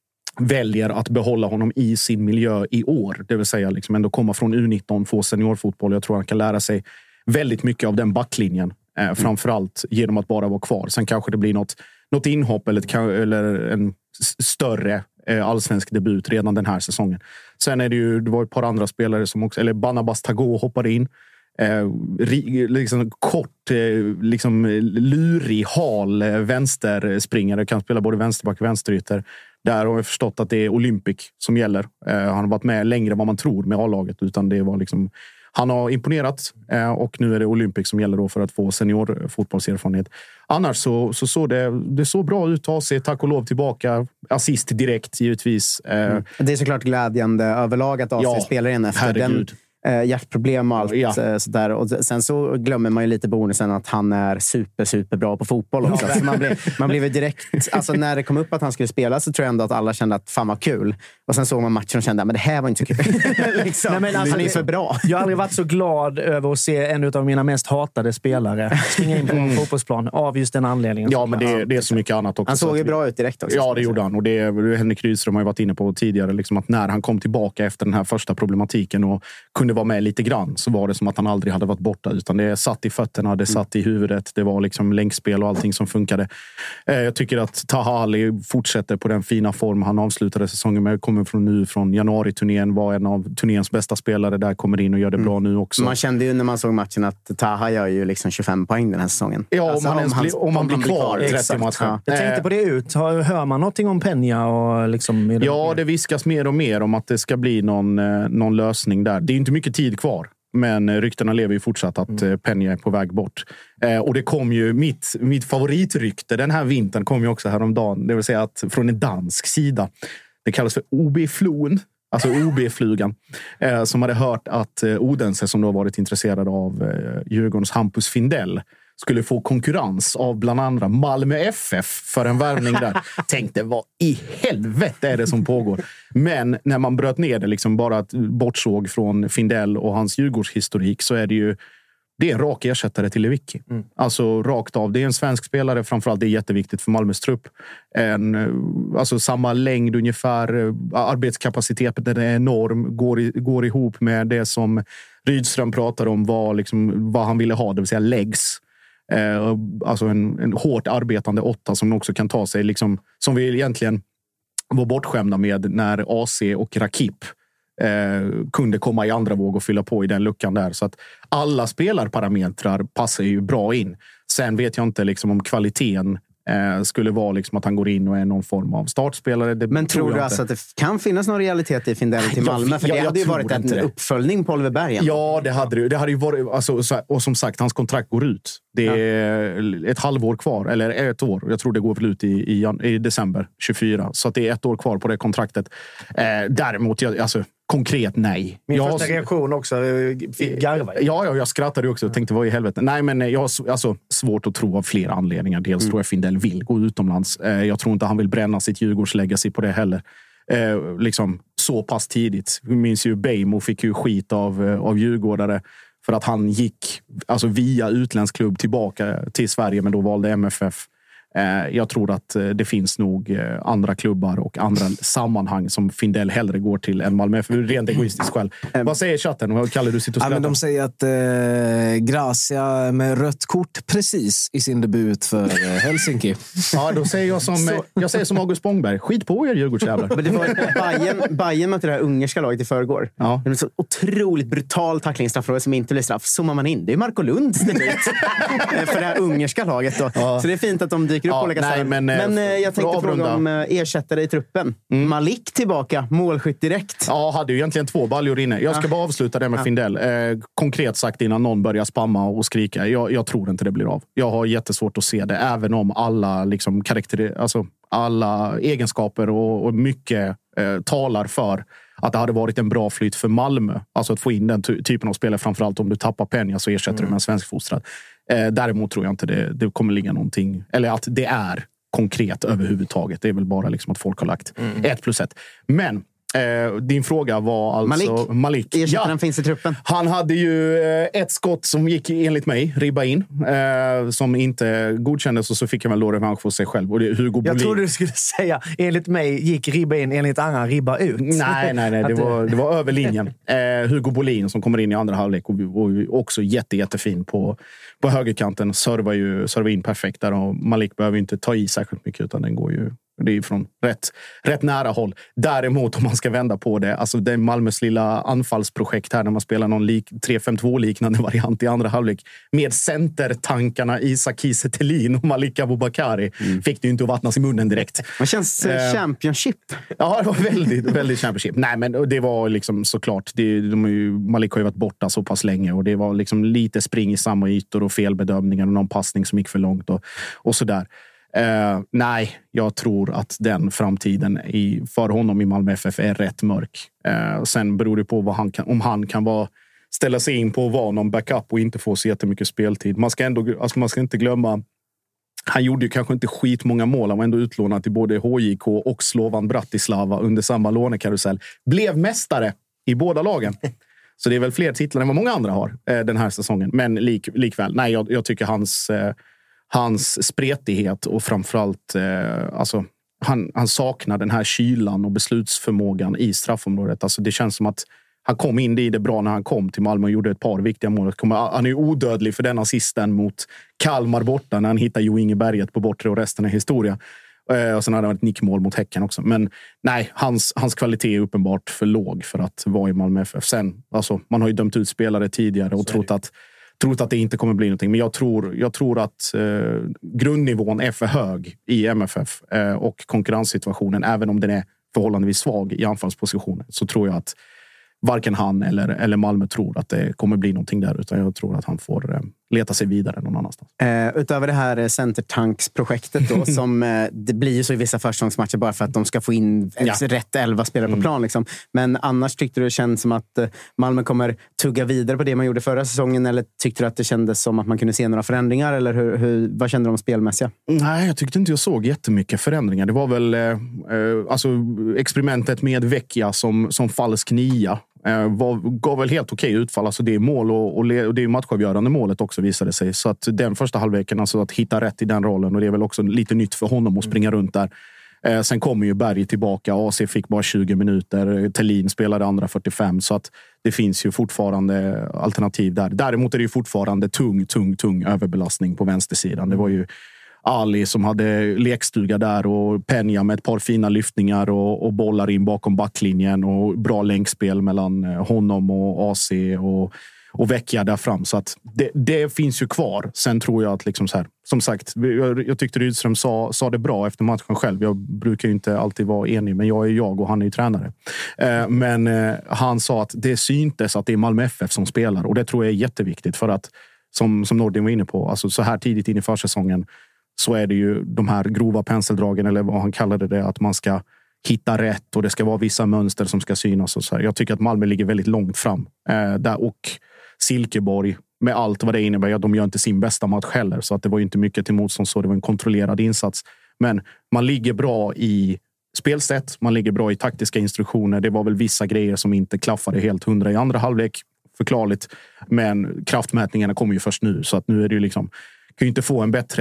väljer att behålla honom i sin miljö i år. Det vill säga liksom ändå komma från U nitton, få seniorfotboll. Jag tror han kan lära sig väldigt mycket av den backlinjen. Eh, mm. Framförallt genom att bara vara kvar. Sen kanske det blir något, något inhopp eller, ett, eller en större eh, allsvensk debut redan den här säsongen. Sen är det ju det var ett par andra spelare som också, eller Barnabas Tago hoppade in. Eh, ri, liksom kort, eh, liksom lurig, hal eh, vänsterspringare. Kan spela både vänsterback och vänsterytter. Där har jag förstått att det är Olympic som gäller. Eh, han har varit med längre än vad man tror med A-laget. Utan det var liksom, han har imponerat eh, och nu är det Olympic som gäller då för att få seniorfotbollserfarenhet. Annars så, så såg det, det så bra ut. A C, tack och lov tillbaka. Assist direkt givetvis. Eh, mm. Det är såklart glädjande överlag att A C ja, spelar in efter herregud. den. Hjärtproblem och allt ja. sådär. Och sen så glömmer man ju lite bonusen att han är super, super bra på fotboll också. Ja, så man blev, man blev direkt... Alltså när det kom upp att han skulle spela så tror jag ändå att alla kände att fan var kul. Och sen såg man matchen och kände men det här var inte så kul. liksom. Nej, men alltså, han är för bra. Jag har aldrig varit så glad över att se en av mina mest hatade spelare springa in på en mm. fotbollsplan av just den anledningen. Ja, men det, det är så mycket annat också. Han såg ju bra ut direkt också. Ja, det gjorde han. Och det är Henrik Rydström har ju varit inne på tidigare. Liksom att när han kom tillbaka efter den här första problematiken och kunde vara med lite grann så var det som att han aldrig hade varit borta utan det satt i fötterna, det satt i huvudet, det var liksom länkspel och allting som funkade. Jag tycker att Taha Ali fortsätter på den fina form han avslutade säsongen med, kommer från nu från januari-turnén, var en av turnéns bästa spelare där, kommer in och gör det bra mm. nu också. Man kände ju när man såg matchen att Taha gör ju liksom tjugofem poäng den här säsongen. Ja, alltså, om, man, om, han, blir, om man blir kvar trettio matcher. Ja. Jag tänkte på det ut. Hör man någonting om Peña? Och liksom, ja, det viskas mer och mer om att det ska bli någon, någon lösning där. Det är inte mycket tid kvar. Men ryktena lever ju fortsatt att mm. Peña är på väg bort. Eh, och det kom ju, mitt, mitt favoritrykte den här vintern kom ju också häromdagen. Det vill säga att från en dansk sida. Det kallas för O B-fluen. Alltså O B-flugan. Eh, som hade hört att eh, Odense, som då varit intresserad av eh, Djurgårdens Hampus Findell, skulle få konkurrens av bland andra Malmö F F för en värvning där. Tänkte, vad i helvete är det som pågår? Men när man bröt ner det, liksom bara att bortsåg från Findell och hans Djurgårdshistorik, så är det ju det är en rak ersättare till Lewicki. Mm. Alltså rakt av. Det är en svensk spelare, framförallt det är jätteviktigt för Malmös trupp. En, alltså samma längd ungefär, arbetskapaciteten är enorm, går, i, går ihop med det som Rydström pratar om, vad, liksom, vad han ville ha, det vill säga legs. Eh, alltså en, en hårt arbetande åtta som också kan ta sig, liksom, som vi egentligen var bortskämda med när A C och Rakip eh, kunde komma i andra våg och fylla på i den luckan där. Så att alla spelarparametrar passar ju bra in. Sen vet jag inte liksom, om kvaliteten eh, skulle vara liksom, att han går in och är någon form av startspelare. Det Men tror, tror du alltså att det kan finnas någon realitet i Findell till Malmö? Jag, för det jag, hade ju varit en det. uppföljning på Oliver Berg. Ja, det hade det. Det hade ju varit, alltså, och som sagt, hans kontrakt går ut. Det är ja. ett halvår kvar, eller ett år. Jag tror det går väl ut i, i, i december tjugofyra. Så att det är ett år kvar på det kontraktet. Eh, däremot, jag, alltså, konkret nej. Min jag första har, reaktion också, fick garva. Ja, ja, jag skrattade också och tänkte, vad i helvete. Nej, men jag har alltså, svårt att tro av flera anledningar. Dels mm. tror jag Findell vill gå utomlands. Eh, jag tror inte han vill bränna sitt Djurgårdslegacy på det heller. Eh, liksom så pass tidigt. Vi minns ju Beijmo fick ju skit av, av djurgårdare för att han gick alltså via utländsk klubb tillbaka till Sverige, men då valde M F F. Jag tror att det finns nog andra klubbar och andra sammanhang som Findell hellre går till än Malmö, för rent egoistiskt själv. Mm. Vad säger chatten? Vad kallar du sitt och ja, men de säger att eh, Gracia med rött kort precis i sin debut för eh, Helsinki. Ja, då säger jag som, så... jag säger som August Spångberg. Skit på er, Djurgårdsjävlar. Men det var Bayern, Bayern mötte det här ungerska laget i förrgår. Ja. Det är en så otroligt brutal tacklingsstraffråga som inte blir straff. Zoomar man in, det är Marco Lunds debut för det här ungerska laget. Då. Ja. Så det är fint att de dyker upp ja, på olika ställen. Men, men eh, jag tänkte fråga om eh, ersättare i truppen. Mm. Malik tillbaka, målskytt direkt. Ja, hade ju egentligen två baljor inne. Jag ska ja. bara avsluta det med ja. Findell. Eh, konkret sagt innan någon börjar spamma och skrika. Jag, jag tror inte det blir av. Jag har jättesvårt att se det. Även om alla, liksom, karaktär, alltså, alla egenskaper och, och mycket eh, talar för att det hade varit en bra flytt för Malmö. Alltså att få in den ty- typen av spelare. Framförallt om du tappar pengar så ersätter mm. du med en svensk fostrad. Eh, däremot tror jag inte det, det kommer ligga någonting. Eller att det är konkret överhuvudtaget. Det är väl bara liksom att folk har lagt mm. ett plus ett. Men eh, din fråga var alltså Malik. Malik. Ersättaren ja. finns i truppen. Han hade ju eh, ett skott som gick enligt mig, ribba in. Eh, som inte godkändes och så fick han väl då revansch för sig själv. Och det är Hugo Bolin. Jag trodde du skulle säga, enligt mig gick ribba in, enligt andra ribba ut. Nej, nej, nej. Det var, det var över linjen. Eh, Hugo Bolin som kommer in i andra halvlek och, och också jätte, jättefin på, på högerkanten. Servar ju servar in perfekt där och Malik behöver inte ta i särskilt mycket utan den går ju. Det är från rätt, rätt nära håll. Däremot om man ska vända på det. Alltså det är Malmös lilla anfallsprojekt här när man spelar någon lik, tre fem två-liknande variant i andra halvlek. Med centertankarna Isak Kiese Thelin och Malik Abubakari. Mm. Fick det ju inte att vattnas i munnen direkt. Det känns uh, championship. Ja, det var väldigt, väldigt championship. Nej, men det var liksom såklart. Det, de är ju, Malik har ju varit borta så pass länge och det var liksom lite spring i samma ytor och felbedömningar och någon passning som gick för långt och, och sådär. Uh, nej, jag tror att den framtiden i, för honom i Malmö F F är rätt mörk. Uh, sen beror det på vad han kan, om han kan vara, ställa sig in på att vara någon backup och inte få så jättemycket speltid. Man ska, ändå, alltså man ska inte glömma, han gjorde ju kanske inte skitmånga mål. Han var ändå utlånad till både H J K och Slovan Bratislava under samma lånekarusell. Blev mästare i båda lagen. Så det är väl fler titlar än vad många andra har uh, den här säsongen. Men lik, likväl, nej jag, jag tycker hans... Uh, Hans spretighet och framförallt eh, alltså, han, han saknar den här kylan och beslutsförmågan i straffområdet. Alltså, det känns som att han kom in i det bra när han kom till Malmö och gjorde ett par viktiga mål. Han är ju odödlig för den assisten mot Kalmar borta när han hittar Jo Inge Berget på bortre och resten är historia. Eh, och sen hade han ett nickmål mot Häcken också. Men nej, hans, hans kvalitet är uppenbart för låg för att vara i Malmö F F. Sen, alltså, man har ju dömt ut spelare tidigare och trott att trott att det inte kommer bli någonting. Men jag tror, jag tror att eh, grundnivån är för hög i M F F eh, och konkurrenssituationen, även om den är förhållandevis svag i anfallspositionen, så tror jag att varken han eller, eller Malmö tror att det kommer bli någonting där, utan jag tror att han får eh, leta sig vidare någon annanstans. Eh, utöver det här Centertanks-projektet då, som eh, det blir ju så i vissa försäsongsmatcher bara för att de ska få in ja. rätt elva spelare på plan. Liksom. Men annars tyckte du det känns som att eh, Malmö kommer tugga vidare på det man gjorde förra säsongen, eller tyckte du att det kändes som att man kunde se några förändringar, eller hur, hur, vad kände du om spelmässiga? Nej, jag tyckte inte jag såg jättemycket förändringar. Det var väl eh, eh, alltså, experimentet med Vecchia som, som falsk nia. Var, gav väl helt okej utfall. Alltså det är mål och, och, le, och det är matchavgörande målet också, visade sig. Så att den första halvleken, alltså att hitta rätt i den rollen, och det är väl också lite nytt för honom att springa runt där. Eh, sen kommer ju Berg tillbaka. A C fick bara tjugo minuter. Thelin spelade andra fyrtiofem. Så att det finns ju fortfarande alternativ där. Däremot är det ju fortfarande tung, tung, tung överbelastning på vänstersidan. Det var ju Ali som hade lekstuga där och Peña med ett par fina lyftningar och, och bollar in bakom backlinjen och bra länkspel mellan honom och A C och, och Vecchia där fram. Så att det, det finns ju kvar. Sen tror jag att liksom så här, som sagt, jag, jag tyckte Rydström sa, sa det bra efter matchen själv. Jag brukar ju inte alltid vara enig, men jag är jag och han är ju tränare. Eh, men eh, han sa att det syntes att det är Malmö F F som spelar, och det tror jag är jätteviktigt, för att som, som Nordin var inne på, alltså så här tidigt in i försäsongen så är det ju de här grova penseldragen, eller vad han kallade det, att man ska hitta rätt och det ska vara vissa mönster som ska synas och så här. Jag tycker att Malmö ligger väldigt långt fram eh, där, och Silkeborg med allt vad det innebär, ja, de gör inte sin bästa match heller, så att det var ju inte mycket till motstånd, så det var en kontrollerad insats, men man ligger bra i spelsätt, man ligger bra i taktiska instruktioner. Det var väl vissa grejer som inte klaffade helt hundra i andra halvlek, förklarligt, men kraftmätningarna kommer ju först nu, så att nu är det ju liksom, kan ju inte få en bättre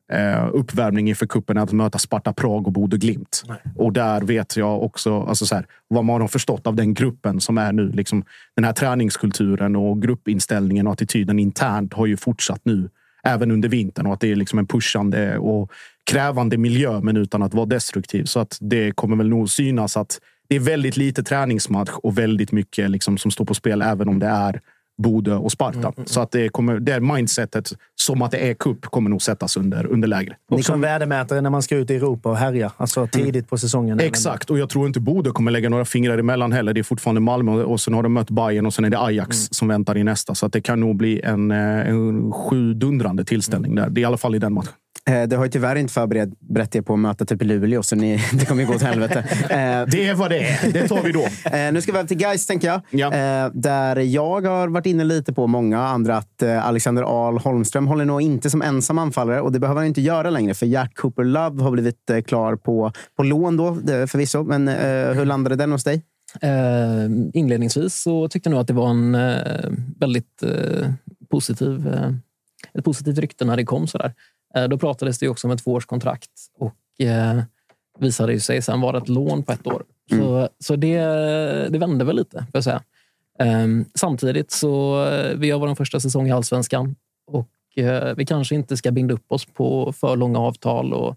eh, uppvärmning inför kuppen att möta Sparta Prag och Bodø Glimt. Nej. Och där vet jag också alltså så här, vad man har förstått av den gruppen som är nu. Liksom, den här träningskulturen och gruppinställningen och attityden internt har ju fortsatt nu. Även under vintern och att det är liksom en pushande och krävande miljö men utan att vara destruktiv. Så att det kommer väl nog synas att det är väldigt lite träningsmatch och väldigt mycket liksom som står på spel även om det är Bodø och Sparta. Mm, mm. Så att det, kommer, det mindsetet som att det är kupp kommer nog sättas under, under lägre. Och som värdemätare när man ska ut i Europa och härja. Alltså tidigt mm. på säsongen. Exakt, och jag tror inte Bodø kommer lägga några fingrar emellan heller. Det är fortfarande Malmö och sen har de mött Bayern och sen är det Ajax mm. som väntar i nästa. Så att det kan nog bli en, en sjudundrande tillställning mm. där. Det är i alla fall i den matchen. Det har ju tyvärr inte förberett er på att möta typ Luleå, så ni, det kommer ju gå till helvete. Det är vad det är. Det tar vi då. Nu ska vi väl till Gais, tänker jag. Ja. Där jag har varit inne lite på många andra att Alexander Ahl Holmström håller nog inte som ensam anfallare, och det behöver han inte göra längre, för Jack Cooper Love har blivit klar på, på lån då, förvisso. Men hur landade den hos dig? Uh, inledningsvis så tyckte jag nog att det var en uh, väldigt uh, positiv uh, ett positivt rykte när det kom sådär. Då pratades det ju också om ett tvåårskontrakt och eh, visade ju sig sen vara ett lån på ett år. Mm. Så, så det, det vände väl lite, för att säga. Um, samtidigt så vi har vår första säsong i Allsvenskan och eh, vi kanske inte ska binda upp oss på för långa avtal och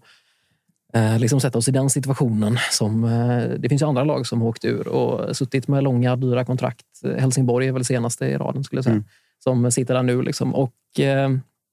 eh, liksom sätta oss i den situationen som eh, det finns ju andra lag som har åkt ur och suttit med långa, dyra kontrakt. Helsingborg är väl senaste i raden, skulle jag säga. Mm. Som sitter där nu liksom. Och eh,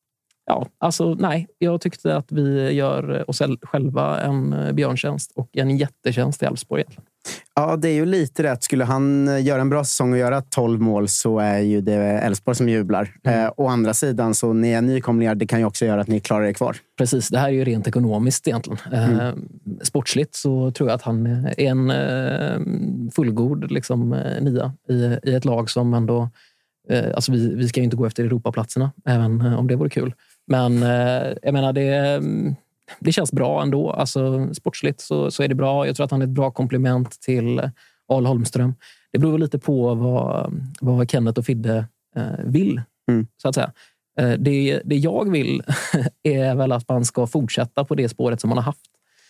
ja, alltså nej. Jag tyckte att vi gör oss själva en björntjänst och en jättetjänst i Elfsborg egentligen. Ja, det är ju lite rätt. Skulle han göra en bra säsong och göra tolv mål så är ju det Elfsborg som jublar. Mm. Eh, å andra sidan så ni är nykomlingar, det kan ju också göra att ni klarar er kvar. Precis, det här är ju rent ekonomiskt egentligen. Mm. Eh, sportsligt så tror jag att han är en eh, fullgod liksom, eh, nia i, i ett lag som ändå... Eh, alltså vi, vi ska ju inte gå efter Europaplatserna, även eh, om det vore kul. Men eh, jag menar, det, det känns bra ändå. Alltså, sportsligt så, så är det bra. Jag tror att han är ett bra komplement till Ahl Holmström. Det beror lite på vad, vad Kenneth och Fidde eh, vill, mm. så att säga. Eh, det, det jag vill är väl att man ska fortsätta på det spåret som man har haft.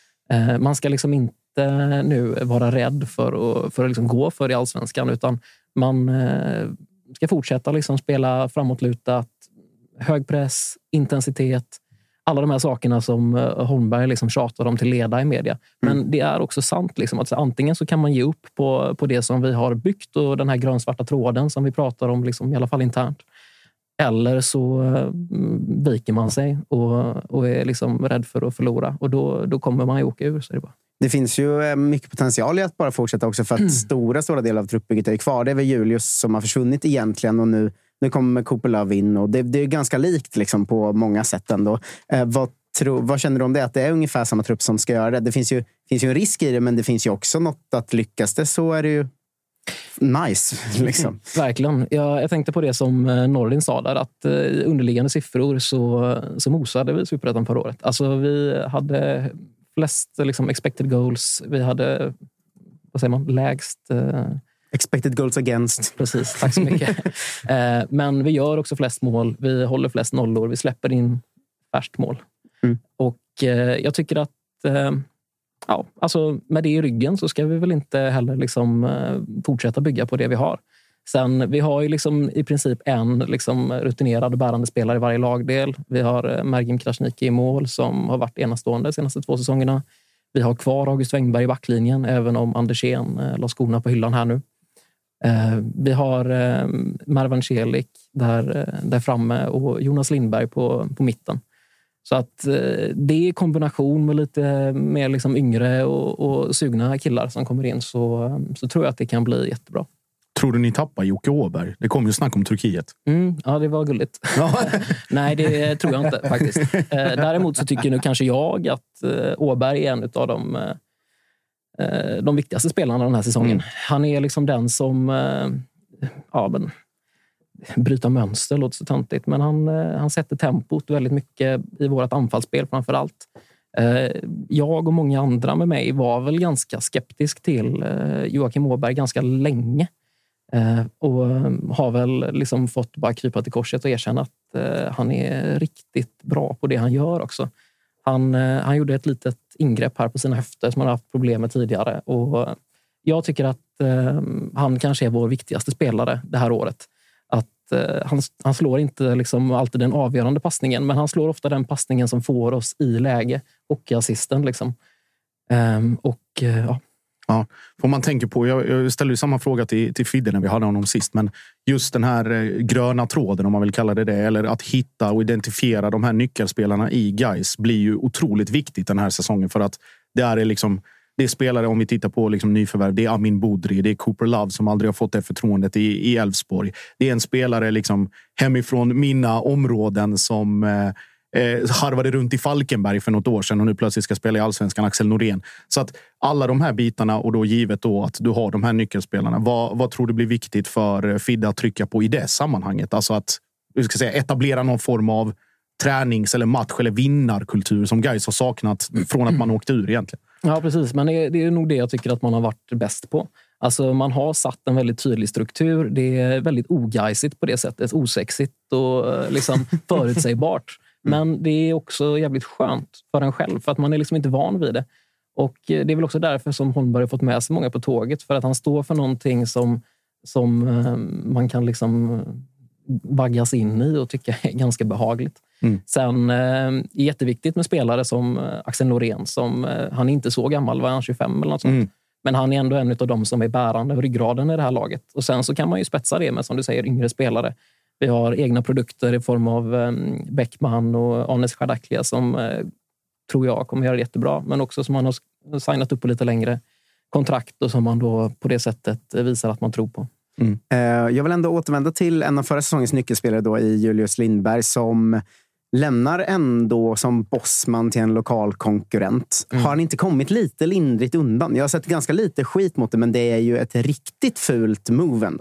Eh, man ska liksom inte nu vara rädd för att, för att liksom gå för i Allsvenskan, utan man eh, ska fortsätta liksom spela framåtlutat, hög press, intensitet, alla de här sakerna som Holmberg liksom tjatar om till leda i media. Men mm. det är också sant liksom, att antingen så kan man ge upp på, på det som vi har byggt och den här grönsvarta tråden som vi pratar om liksom, i alla fall internt. Eller så mm, viker man sig och, och är liksom rädd för att förlora. Och då, då kommer man ju åka ur, så är det bara. Det finns ju mycket potential i att bara fortsätta också, för att mm. stora, stora delar av truppbygget är kvar. Det är väl Julius som har försvunnit egentligen, och nu, nu kommer Cooper Love in. Och det, det är ganska likt liksom, på många sätt ändå. Eh, vad, tro, vad känner du om det? Att det är ungefär samma trupp som ska göra det? Det finns ju, finns ju en risk i det, men det finns ju också något att lyckas det, så är det ju nice. Liksom. Mm, verkligen. Jag, jag tänkte på det som Nordin sa där, att eh, underliggande siffror så, så mosade vi Superettan förra året. Alltså vi hade... flest liksom, expected goals. Vi hade, vad säger man, lägst... Eh... expected goals against. Precis, tack så mycket. eh, men vi gör också flest mål. Vi håller flest nollor. Vi släpper in färst mål. Mm. Och eh, jag tycker att eh, ja, alltså, med det i ryggen så ska vi väl inte heller liksom, eh, fortsätta bygga på det vi har. Sen, vi har ju liksom i princip en liksom rutinerad och bärande spelare i varje lagdel. Vi har Mergim Krasniqi i mål som har varit enastående de senaste två säsongerna. Vi har kvar August Wengberg i backlinjen, även om Andersén eh, la skorna på hyllan här nu. Eh, vi har eh, Marwan Celik där, där framme och Jonas Lindberg på, på mitten. Så att eh, det är kombination med lite mer liksom yngre och, och sugna killar som kommer in, så, så tror jag att det kan bli jättebra. Tror du ni tappar Jocke Åberg? Det kom ju snack om Turkiet. Mm, ja, det var gulligt. Nej, det tror jag inte faktiskt. Eh, däremot så tycker nu kanske jag att eh, Åberg är en av de, eh, de viktigaste spelarna den här säsongen. Mm. Han är liksom den som eh, ja, men, bryter mönster, låter så töntigt. Men han, eh, han sätter tempot väldigt mycket i vårt anfallsspel framför allt. Eh, jag och många andra med mig var väl ganska skeptisk till eh, Joakim Åberg ganska länge. Uh, och har väl liksom fått bara krypa till korset och erkänna att uh, han är riktigt bra på det han gör också. Han, han gjorde ett litet ingrepp här på sina höfter som han haft problem med tidigare. Och jag tycker att eh, han kanske är vår viktigaste spelare det här året. Att, eh, han, han slår inte liksom alltid den avgörande passningen, men han slår ofta den passningen som får oss i läge. Hockeyassisten liksom. Um, och uh, ja. Ja, för man tänker på, jag, jag ställde ju samma fråga till, till Fidde när vi hade honom sist, men just den här eh, gröna tråden, om man vill kalla det det, eller att hitta och identifiera de här nyckelspelarna i Gais blir ju otroligt viktigt den här säsongen, för att det är liksom, det är spelare, om vi tittar på liksom nyförvärv, det är Amin Bodri, det är Cooper Love som aldrig har fått det förtroendet i, i Elfsborg. Det är en spelare liksom hemifrån mina områden som eh, Eh, harvade runt i Falkenberg för något år sedan och nu plötsligt ska spela i Allsvenskan, Axel Norén. Så att alla de här bitarna, och då givet då att du har de här nyckelspelarna, vad, vad tror du blir viktigt för Fidde att trycka på i det sammanhanget? Alltså att vi ska säga, etablera någon form av tränings- eller match- eller vinnarkultur som Gais har saknat från att man åkte ur egentligen. Ja, precis. Men det är, det är nog det jag tycker att man har varit bäst på. Alltså man har satt en väldigt tydlig struktur. Det är väldigt ogeisigt på det sättet. Osexigt och liksom förutsägbart. Men det är också jävligt skönt för en själv, för att man är liksom inte van vid det. Och det är väl också därför som Holmberg har fått med sig många på tåget, för att han står för någonting som, som man kan liksom vaggas in i och tycka är ganska behagligt. Mm. Sen är det jätteviktigt med spelare som Axel Norén, som han är inte så gammal, var han tjugofem eller något sånt. Mm. Men han är ändå en av dem som är bärande och ryggraden i det här laget. Och sen så kan man ju spetsa det med, som du säger, yngre spelare. Vi har egna produkter i form av um, Bäckman och Anes Chardaklia som uh, tror jag kommer göra det jättebra. Men också som man har signat upp på lite längre kontrakt och som man då på det sättet visar att man tror på. Mm. Uh, jag vill ändå återvända till en av förra säsongens nyckelspelare då i Julius Lindberg, som lämnar ändå som bossman till en lokal konkurrent. Mm. Har han inte kommit lite lindrigt undan? Jag har sett ganska lite skit mot det, men det är ju ett riktigt fult move ändå.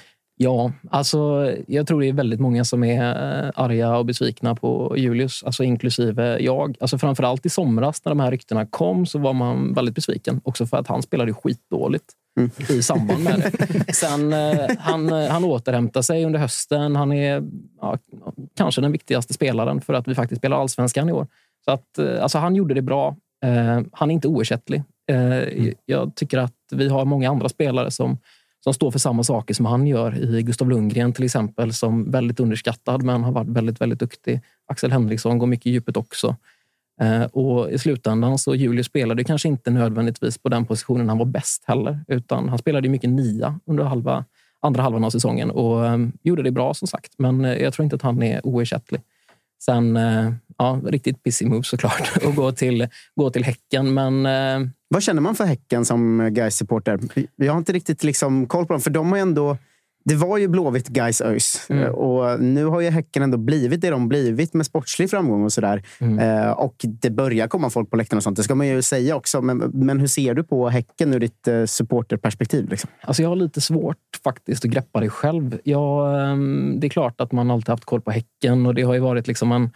Ja, alltså jag tror det är väldigt många som är arga och besvikna på Julius, alltså inklusive jag. Alltså framförallt i somras när de här ryktena kom så var man väldigt besviken. Också för att han spelade skitdåligt mm. i samband med det. Sen han, han återhämtar sig under hösten. Han är ja, kanske den viktigaste spelaren för att vi faktiskt spelar Allsvenskan i år. Så att alltså, han gjorde det bra. Uh, han är inte oersättlig. Uh, mm. Jag tycker att vi har många andra spelare som som står för samma saker som han gör, i Gustav Lundgren till exempel, som väldigt underskattad men har varit väldigt, väldigt duktig. Axel Henriksson går mycket i djupet också. Eh, och i slutändan så Julius spelade kanske inte nödvändigtvis på den positionen han var bäst heller, utan han spelade mycket nia under halva, andra halvan av säsongen och eh, gjorde det bra som sagt, men eh, jag tror inte att han är oersättlig. Sen, eh, ja, riktigt pissig move såklart att gå till, gå till Häcken, men... Eh, Vad känner man för Häcken som Gais-supporter? Jag har inte riktigt liksom koll på dem, för de har ändå... Det var ju Blåvitt, Gais, ÖIS. Mm. Och nu har ju Häcken ändå blivit det de blivit med sportslig framgång och sådär. Mm. Eh, och det börjar komma folk på läktarna och sånt. Det ska man ju säga också. Men, men hur ser du på Häcken ur ditt eh, supporterperspektiv? Liksom? Alltså jag har lite svårt faktiskt att greppa det själv. Jag, eh, det är klart att man alltid haft koll på Häcken. Och det har ju varit liksom en...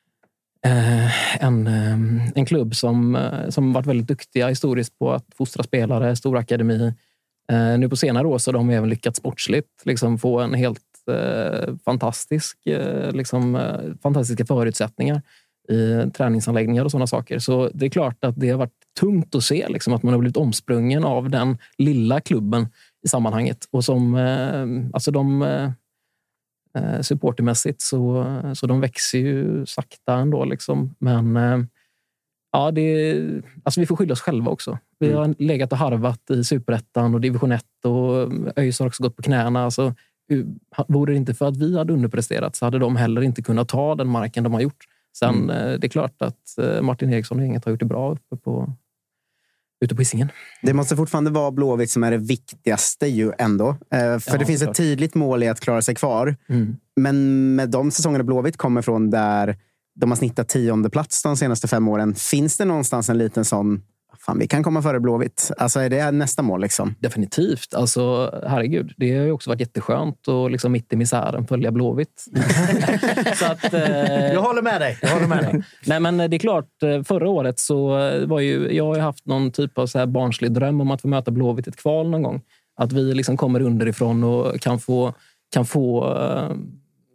Eh, en, eh, en klubb som, eh, som varit väldigt duktiga historiskt på att fostra spelare, stor akademi. Eh, nu på senare år så har de även lyckats sportsligt liksom få en helt eh, fantastisk, eh, liksom, eh, fantastiska förutsättningar i träningsanläggningar och sådana saker. Så det är klart att det har varit tungt att se liksom, att man har blivit omsprungen av den lilla klubben i sammanhanget. Och som, eh, alltså de... Eh, supportermässigt så, så de växer ju sakta ändå liksom. Men ja, det, alltså vi får skylla oss själva också. Vi har legat och harvat i Superettan och division ett och ÖIS har också gått på knäna. Alltså, vore det inte för att vi hade underpresterat så hade de heller inte kunnat ta den marken de har gjort. Sen mm. det är klart att Martin Eriksson och inget har gjort det bra uppe på ute på Hisingen. Det måste fortfarande vara Blåvitt som är det viktigaste ju ändå. För ja, det finns klart. Ett tydligt mål i att klara sig kvar. Mm. Men med de säsongerna Blåvitt kommer från där de har snittat tionde plats de senaste fem åren. Finns det någonstans en liten sån, fan vi kan komma före Blåvitt? Alltså är det nästa mål liksom? Definitivt. Alltså herregud, det har ju också varit jätteskönt och liksom mitt i misären följa Blåvitt. Så att, eh... Jag håller med dig. Jag håller med dig. Nej men det är klart, förra året så var ju, jag har ju haft någon typ av så här barnslig dröm om att få möta Blåvitt i ett kval någon gång. Att vi liksom kommer underifrån och kan få, kan få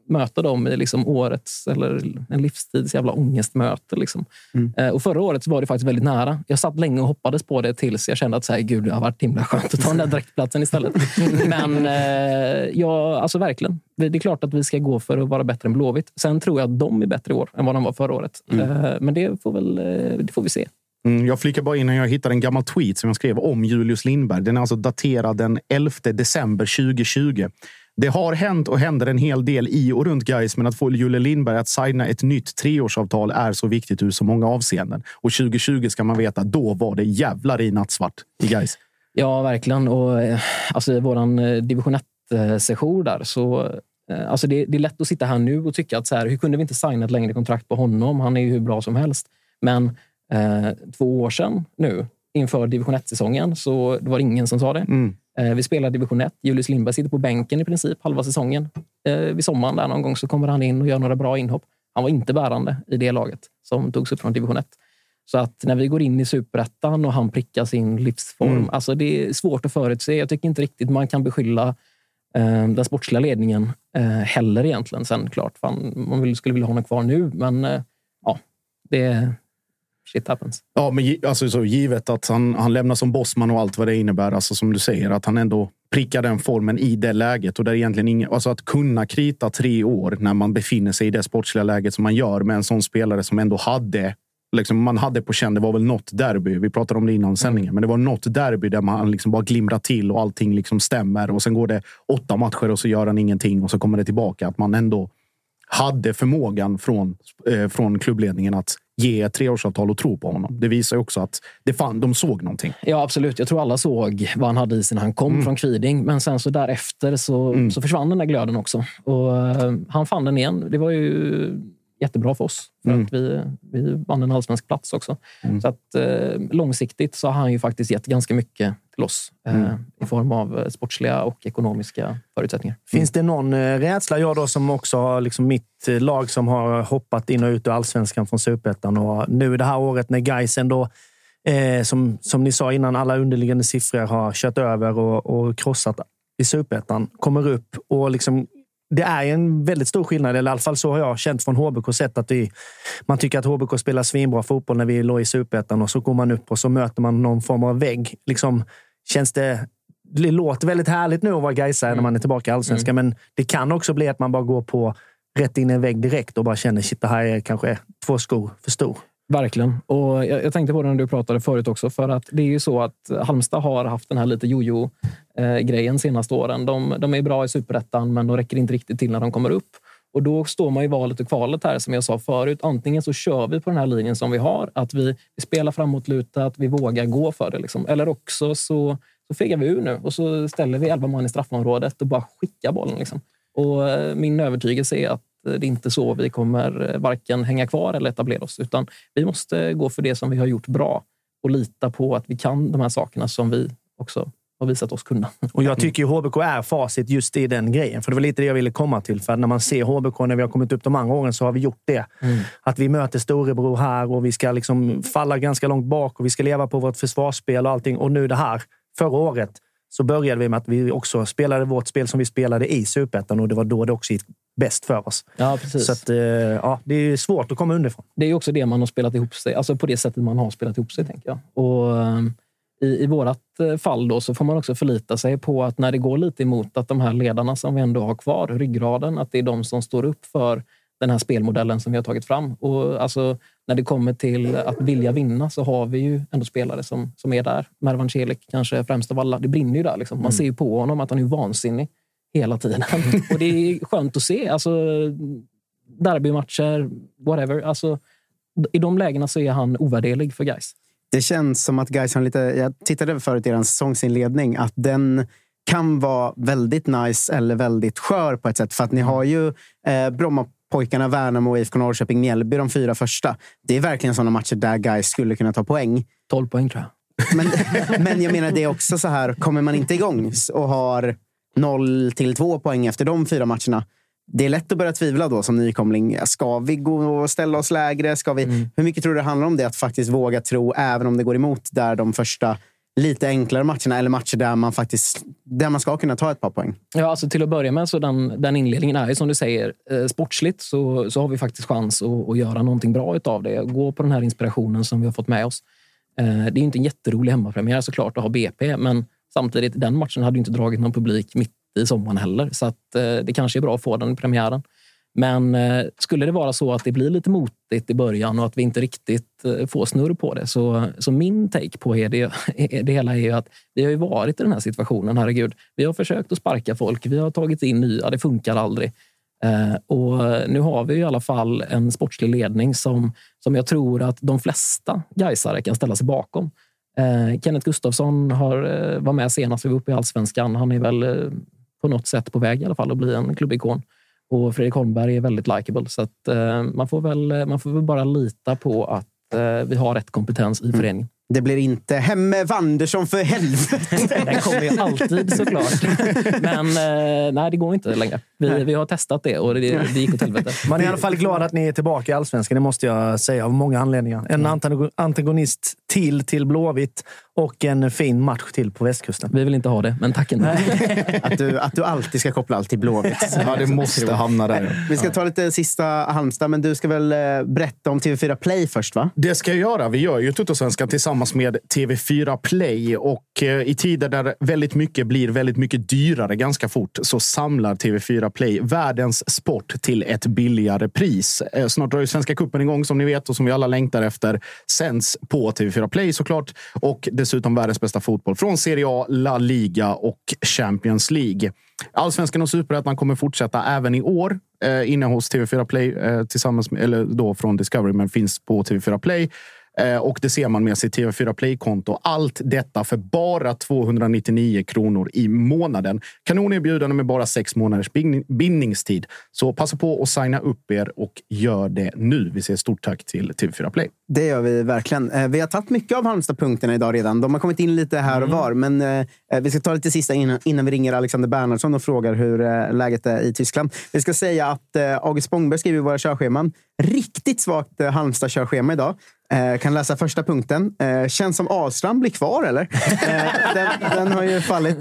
möta dem i liksom årets eller en livstids jävla ångestmöte. Liksom. Mm. Eh, och förra året så var det faktiskt väldigt nära. Jag satt länge och hoppades på det tills jag kände att så här, gud, det har varit himla skönt att ta den där direktplatsen istället. Men eh, ja, alltså verkligen. Det är klart att vi ska gå för att vara bättre än Blåvitt. Sen tror jag att de är bättre i år än vad de var förra året. Mm. Eh, men det får, väl, det får vi se. Mm, jag flikar bara in när jag hittar en gammal tweet som jag skrev om Julius Lindberg. Den är alltså daterad den elfte december tjugohundratjugo. Det har hänt och händer en hel del i och runt Gais, men att få Julius Lindberg att signa ett nytt treårsavtal är så viktigt ur så många avseenden. Och tjugohundratjugo ska man veta, då var det jävlar i nattsvart i Gais. Ja, verkligen. Och alltså i våran division ett-session där så alltså det, det är lätt att sitta här nu och tycka att så här, hur kunde vi inte signa ett längre kontrakt på honom? Han är ju hur bra som helst. Men eh, två år sedan nu, inför division ett-säsongen, så det var ingen som sa det. Mm. Eh, vi spelar division ett. Julius Lindberg sitter på bänken i princip halva säsongen. Eh, vid sommaren där någon gång så kommer han in och gör några bra inhopp. Han var inte bärande i det laget som togs upp från division ett. Så att när vi går in i superettan och han prickar sin livsform, mm. alltså det är svårt att förutse. Jag tycker inte riktigt man kan beskylla eh, den sportsliga ledningen eh, heller egentligen. Sen klart, fan, man vill, skulle vilja ha honom kvar nu, men eh, ja, det shit happens. Ja, men alltså, så, givet att han, han lämnar som bossman och allt vad det innebär, alltså som du säger, att han ändå prickar den formen i det läget, och där egentligen ingen, alltså att kunna krita tre år när man befinner sig i det sportsliga läget som man gör med en sån spelare som ändå hade liksom, man hade på känn, det var väl något derby, vi pratade om det innan sändningen, mm. men det var något derby där man liksom bara glimrar till och allting liksom stämmer, och sen går det åtta matcher och så gör han ingenting och så kommer det tillbaka, att man ändå hade förmågan från, eh, från klubbledningen att ge ett treårsavtal och tro på honom. Det visar ju också att det fan, de såg någonting. Ja, absolut. Jag tror alla såg vad han hade i sig när han kom mm. från Kviding. Men sen så därefter så, mm. så försvann den där glöden också. Och uh, han fann den igen. Det var ju jättebra för oss. För mm. att vi, vi vann en allsvensk plats också. Mm. Så att uh, långsiktigt så har han ju faktiskt gett ganska mycket till oss. Uh, mm. I form av sportsliga och ekonomiska förutsättningar. Finns det någon uh, rädsla, jag då som också har liksom mitt uh, lag som har hoppat in och ut ur allsvenskan från Superettan, och nu det här året när Gais ändå eh, som, som ni sa innan, alla underliggande siffror har kört över och, och krossat i Superettan, kommer upp och liksom det är en väldigt stor skillnad, eller i alla fall så har jag känt från H B K sett att det, man tycker att H B K spelar svinbra fotboll när vi låg i Superettan, och så går man upp och så möter man någon form av vägg. Liksom, känns det, det låter väldigt härligt nu att vara Gaisare mm. när man är tillbaka i allsvenskan, mm. men det kan också bli att man bara går på rätt in i en vägg direkt och bara känner, shit, det här är kanske två skor för stor. Verkligen. Och jag, jag tänkte på det när du pratade förut också, för att det är ju så att Halmstad har haft den här lite jojo-grejen senaste åren. De, de är bra i Superettan, men de räcker inte riktigt till när de kommer upp. Och då står man i valet och kvalet här, som jag sa förut. Antingen så kör vi på den här linjen som vi har, att vi, vi spelar framåtlutat, vi vågar gå för det. Liksom. Eller också så, så fegar vi ur nu och så ställer vi elva man i straffområdet och bara skickar bollen. Liksom. Och min övertygelse är att det är inte så vi kommer varken hänga kvar eller etablera oss, utan vi måste gå för det som vi har gjort bra och lita på att vi kan de här sakerna som vi också har visat oss kunna. Och jag tycker ju H B K är facit just i den grejen, för det var lite det jag ville komma till, för när man ser H B K när vi har kommit upp de andra åren så har vi gjort det. Mm. Att vi möter storebror här och vi ska liksom falla ganska långt bak och vi ska leva på vårt försvarsspel och allting, och nu det här, förra året så började vi med att vi också spelade vårt spel som vi spelade i Superettan, och det var då det också gick bäst för oss. Ja, precis. Så att, ja, det är svårt att komma underifrån. Det är ju också det man har spelat ihop sig, alltså på det sättet man har spelat ihop sig, tänker jag. Och i, i vårat fall då så får man också förlita sig på att när det går lite emot, att de här ledarna som vi ändå har kvar, ryggraden, att det är de som står upp för den här spelmodellen som vi har tagit fram. Och alltså, när det kommer till att vilja vinna så har vi ju ändå spelare som, som är där. Mervan Celik kanske främst av alla. Det brinner ju där. Liksom. Man mm. ser ju på honom att han är vansinnig hela tiden. Och det är skönt att se. Alltså, derbymatcher, whatever. Alltså, i de lägena så är han ovärderlig för Gais. Det känns som att Gais har lite... Jag tittade förut i den säsongsinledning att den kan vara väldigt nice eller väldigt skör på ett sätt. För att ni har ju eh, Brommapojkarna, Värnamo, I F K Norrköping, Mjällby, de fyra första. Det är verkligen sådana matcher där Gais skulle kunna ta poäng. tolv poäng tror jag. Men, men jag menar, det är också så här, kommer man inte igång och har noll till två poäng efter de fyra matcherna, det är lätt att börja tvivla då som nykomling. Ska vi gå och ställa oss lägre? Ska vi, mm. Hur mycket tror du det handlar om det, att faktiskt våga tro även om det går emot där de första lite enklare matcherna eller matcher där man faktiskt där man ska kunna ta ett par poäng? Ja, alltså till att börja med så den, den inledningen är ju som du säger eh, sportsligt så, så har vi faktiskt chans att, att göra någonting bra utav det. Gå på den här inspirationen som vi har fått med oss. Eh, det är inte en jätterolig hemmapremiär såklart att ha B P, men samtidigt den matchen hade ju inte dragit någon publik mitt i sommaren heller, så att eh, det kanske är bra att få den i premiären. Men eh, skulle det vara så att det blir lite motigt i början och att vi inte riktigt eh, får snurr på det, så, så min take på det, det hela är ju att vi har ju varit i den här situationen, herregud. Vi har försökt att sparka folk, vi har tagit in nya, det funkar aldrig. Eh, och nu har vi i alla fall en sportslig ledning som, som jag tror att de flesta gaisare kan ställa sig bakom. Eh, Kenneth Gustafsson har, eh, var med senast vi var uppe i Allsvenskan. Han är väl eh, på något sätt på väg i alla fall att bli en klubbikon. Och Fredrik Holmberg är väldigt likeable. Så att, eh, man, får väl, man får väl bara lita på att eh, vi har rätt kompetens i föreningen. Mm. Det blir inte Hemme Wandersson för helvete. Den kommer ju alltid såklart. Men eh, nej, det går inte längre. Vi, vi har testat det och det, det gick åt helvete. Man är i alla fall glad att ni är tillbaka i Allsvenskan, det måste jag säga, av många anledningar. En mm. antagonist till till Blåvitt och en fin match till på västkusten. Vi vill inte ha det, men tack ändå. att, du, att du alltid ska koppla allt till Blåvitt. Ja, det måste hamna där. Vi ska ta lite sista Halmstad, men du ska väl berätta om T V fyra Play först, va? Det ska jag göra. Vi gör ju Tuttosvenskan tillsammans med T V fyra Play, och eh, i tider där väldigt mycket blir väldigt mycket dyrare ganska fort så samlar T V fyra Play världens sport till ett billigare pris. Eh, snart drar ju Svenska cupen igång som ni vet och som vi alla längtar efter. Sänds på T V fyra Play såklart, och dessutom världens bästa fotboll från Serie A, La Liga och Champions League. Allsvenskan och Superettan kommer fortsätta även i år eh, inne hos T V fyra Play eh, tillsammans med, eller då från Discovery, men finns på T V fyra Play. Eh, och det ser man med sitt T V fyra Play-konto. Allt detta för bara tvåhundranittionio kronor i månaden. Kanonerbjudande med bara sex månaders bindningstid. Så passa på att signa upp er och gör det nu. Vi säger stort tack till T V fyra Play. Det gör vi verkligen. Eh, vi har tagit mycket av Halmstad-punkterna idag redan. De har kommit in lite här och var. Mm. Men eh, vi ska ta lite sista innan, innan vi ringer Alexander Bernhardsson och frågar hur eh, läget är i Tyskland. Vi ska säga att eh, August Spångberg skriver i våra körscheman. Riktigt svagt eh, Halmstad-körschema idag. Eh, kan läsa första punkten. Eh, känns som Ahlstrand blir kvar, eller? Eh, den, den har ju fallit.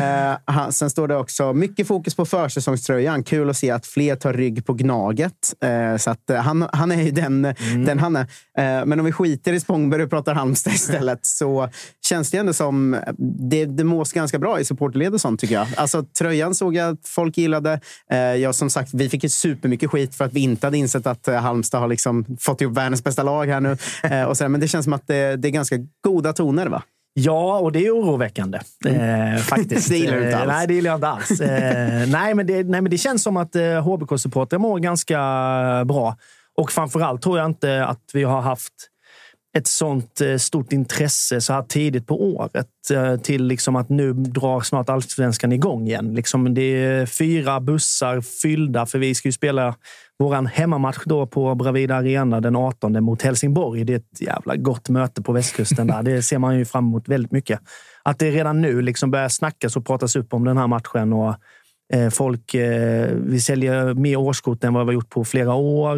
Eh, sen står det också mycket fokus på försäsongströjan. Kul att se att fler tar rygg på Gnaget. Eh, så att, eh, han, han är ju den, mm. den han är. Eh, men om vi skiter i Spångberg och pratar Halmstad istället, så känns det ändå som det, det mås ganska bra i supportled och sånt, tycker jag. Alltså, tröjan såg jag att folk gillade. Eh, jag, som sagt, vi fick ju supermycket skit för att vi inte hade insett att eh, Halmstad har liksom fått ihop världens bästa lag här nu. Eh, och så, men det känns som att det, det är ganska goda toner, va? Ja, och det är oroväckande. Eh, faktiskt. Det gillar du inte alls. Eh, nej, det gillar jag inte alls. Eh, nej, men det, nej, men det känns som att eh, H B K-supportrar mår ganska bra. Och framförallt tror jag inte att vi har haft ett sånt eh, stort intresse så här tidigt på året eh, till liksom att nu drar snart Allsvenskan igång igen. Liksom, det är fyra bussar fyllda, för vi ska ju spela våran hemmamatch då på Bravida Arena den artonde mot Helsingborg. Det är ett jävla gott möte på västkusten där. Det ser man ju fram emot väldigt mycket. Att det redan nu liksom börjar snackas och pratas upp om den här matchen, och eh, folk, eh, vi säljer mer årskort än vad vi har gjort på flera år.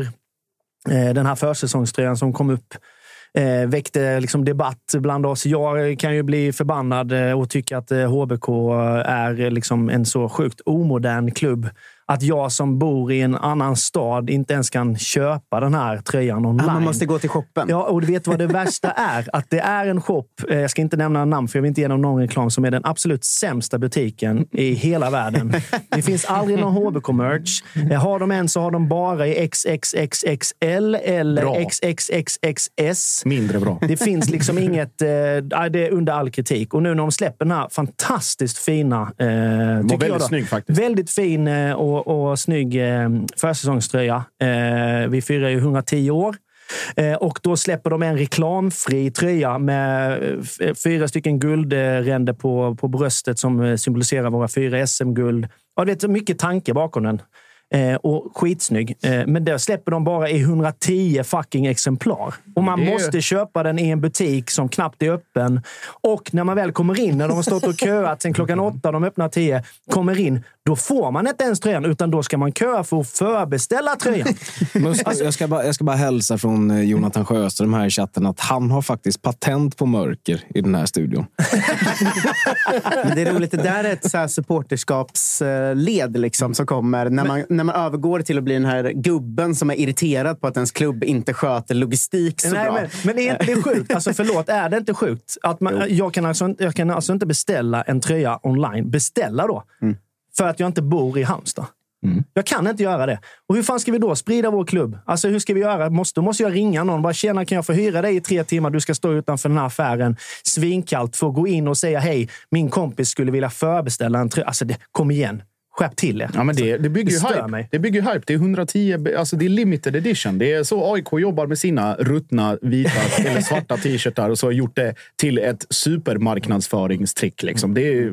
Eh, den här försäsongströjan som kom upp Eh, väckte liksom debatt bland oss. Jag kan ju bli förbannad och tycka att H B K är liksom en så sjukt omodern klubb att jag som bor i en annan stad inte ens kan köpa den här tröjan online. Ja, man måste gå till shoppen. Ja, och du vet vad det värsta är? Att det är en shop, jag ska inte nämna namn för jag vill inte ge dem någon reklam, som är den absolut sämsta butiken i hela världen. Det finns aldrig någon H B K-merch. Har de en så har de bara i X X X X L eller bra. X X X X S. Mindre bra. Det finns liksom inget, det är under all kritik. Och nu när de släpper den här fantastiskt fina, eh, tycker väldigt jag då, snygg faktiskt. Väldigt fin och Och, och snygg eh, försäsongströja. Eh, vi firar ju hundratio år. Eh, och då släpper de en reklamfri tröja med f- fyra stycken guldränder på, på bröstet som symboliserar våra fyra S M-guld. Ja, det är mycket tanke bakom den. Eh, och skitsnygg. Eh, men där släpper de bara i hundratio fucking exemplar. Och man det... måste köpa den i en butik som knappt är öppen. Och när man väl kommer in, när de har stått och köat sen klockan åtta, de öppnar tio, kommer in, då får man inte ens tröjan, utan då ska man köa för att förbeställa tröjan. alltså, jag, ska bara, jag ska bara hälsa från Jonathan Sjöström här i chatten att han har faktiskt patent på mörker i den här studion. Men det är roligt, det där är ett så här supporterskapsled liksom, som kommer när man, när man övergår till att bli den här gubben som är irriterad på att ens klubb inte sköter logistik så Nej, bra. Men, men är inte det sjukt? Alltså förlåt, är det inte sjukt? Att man, jag, kan alltså, jag kan alltså inte beställa en tröja online. Beställa då. Mm. För att jag inte bor i Halmstad. Mm. Jag kan inte göra det. Och hur fan ska vi då sprida vår klubb? Alltså hur ska vi göra? Måste, då måste jag ringa någon. Bara tjena, kan jag få hyra dig i tre timmar? Du ska stå utanför den här affären. Svinkallt. Få gå in och säga hej, min kompis skulle vilja förbeställa en tröja. Alltså det, kom igen. Skärp till er. Ja, men det, det bygger ju hype. Mig. Det bygger ju hype. Det är hundratio, alltså det är limited edition. Det är så A I K jobbar med sina ruttna, vita eller svarta t-shirtar och så har gjort det till ett supermarknadsföringstrick liksom. Det är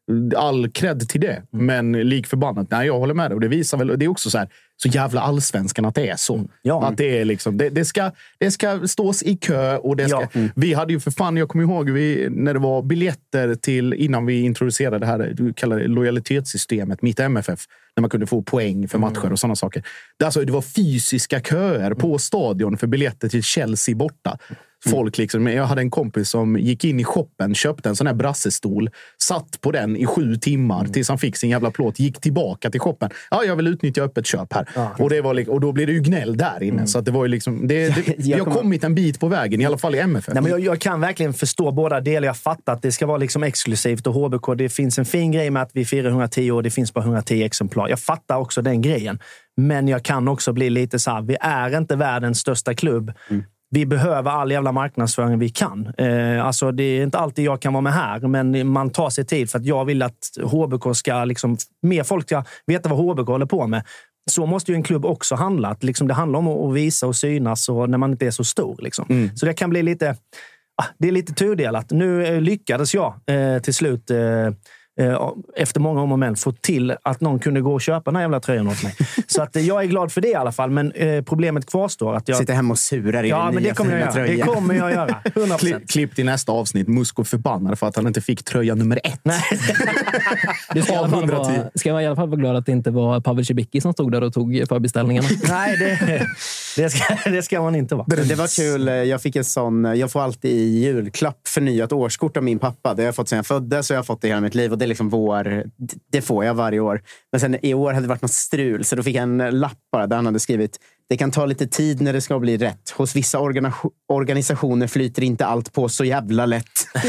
all cred till det. Men lik förbannat, nej, jag håller med dig. Och det visar väl, det är också så här, så jävla allsvenskan att det är så. Ja. Att det är liksom, det, det, ska, det ska stås i kö och det ska, ja. mm. Vi hade ju för fan, jag kommer ihåg vi, när det var biljetter till, innan vi introducerade det här, du kallar det lojalitetssystemet, Mitt M F F, när man kunde få poäng för matcher mm. och sådana saker. Det, alltså, det var fysiska köer på stadion för biljetter till Chelsea borta. Folk liksom, jag hade en kompis som gick in i shoppen, köpte en sån här brassestol, satt på den i sju timmar mm. tills han fick sin jävla plåt, gick tillbaka till shoppen. Ja, jag vill utnyttja öppet köp här. Ja. Och, det var, och då blev det ju gnäll där inne. Mm. Så att det var ju liksom, det, det, vi har kommit en bit på vägen, i alla fall i M F F. Nej, men jag, jag kan verkligen förstå båda delar. Jag fattar att det ska vara liksom exklusivt och H B K. Det finns en fin grej med att vi firar hundratio och det finns bara hundratio exemplar. Jag fattar också den grejen. Men jag kan också bli lite så här, vi är inte världens största klubb. Mm. Vi behöver all jävla marknadsföring vi kan. Eh, alltså det är inte alltid jag kan vara med här, men man tar sig tid för att jag vill att H B K ska liksom, mer folk ska veta vad H B K håller på med. Så måste ju en klubb också handla. Att liksom det handlar om att visa och synas och när man inte är så stor. Liksom. Mm. Så det kan bli lite, ah, det är lite tudelat. Nu eh, lyckades jag eh, till slut eh, efter många om och men få till att någon kunde gå och köpa den här jävla tröjan åt mig. Så att jag är glad för det i alla fall, men eh, problemet kvarstår att jag... Sitter hemma och surar i ja, den men nya det kommer jag göra. tröjan. Det kommer jag göra. hundra procent. Klipp, klipp i nästa avsnitt. Musko förbannad för att han inte fick tröja nummer ett. Nej. Du ska, i alla fall vara, ska jag i alla fall vara glad att det inte var Pavel Cibicki som stod där och tog förbeställningarna. Nej, det, det, ska, det ska man inte vara. Det, det var kul. Jag fick en sån... Jag får alltid i julklapp förnyat årskort av min pappa. Det har jag fått sedan jag föddes, så jag har fått det hela mitt liv. Och det är liksom vår... Det får jag varje år. Men sen i år hade det varit något strul, så då fick jag en lapp bara där han hade skrivit: det kan ta lite tid när det ska bli rätt. Hos vissa organ- organisationer flyter inte allt på så jävla lätt.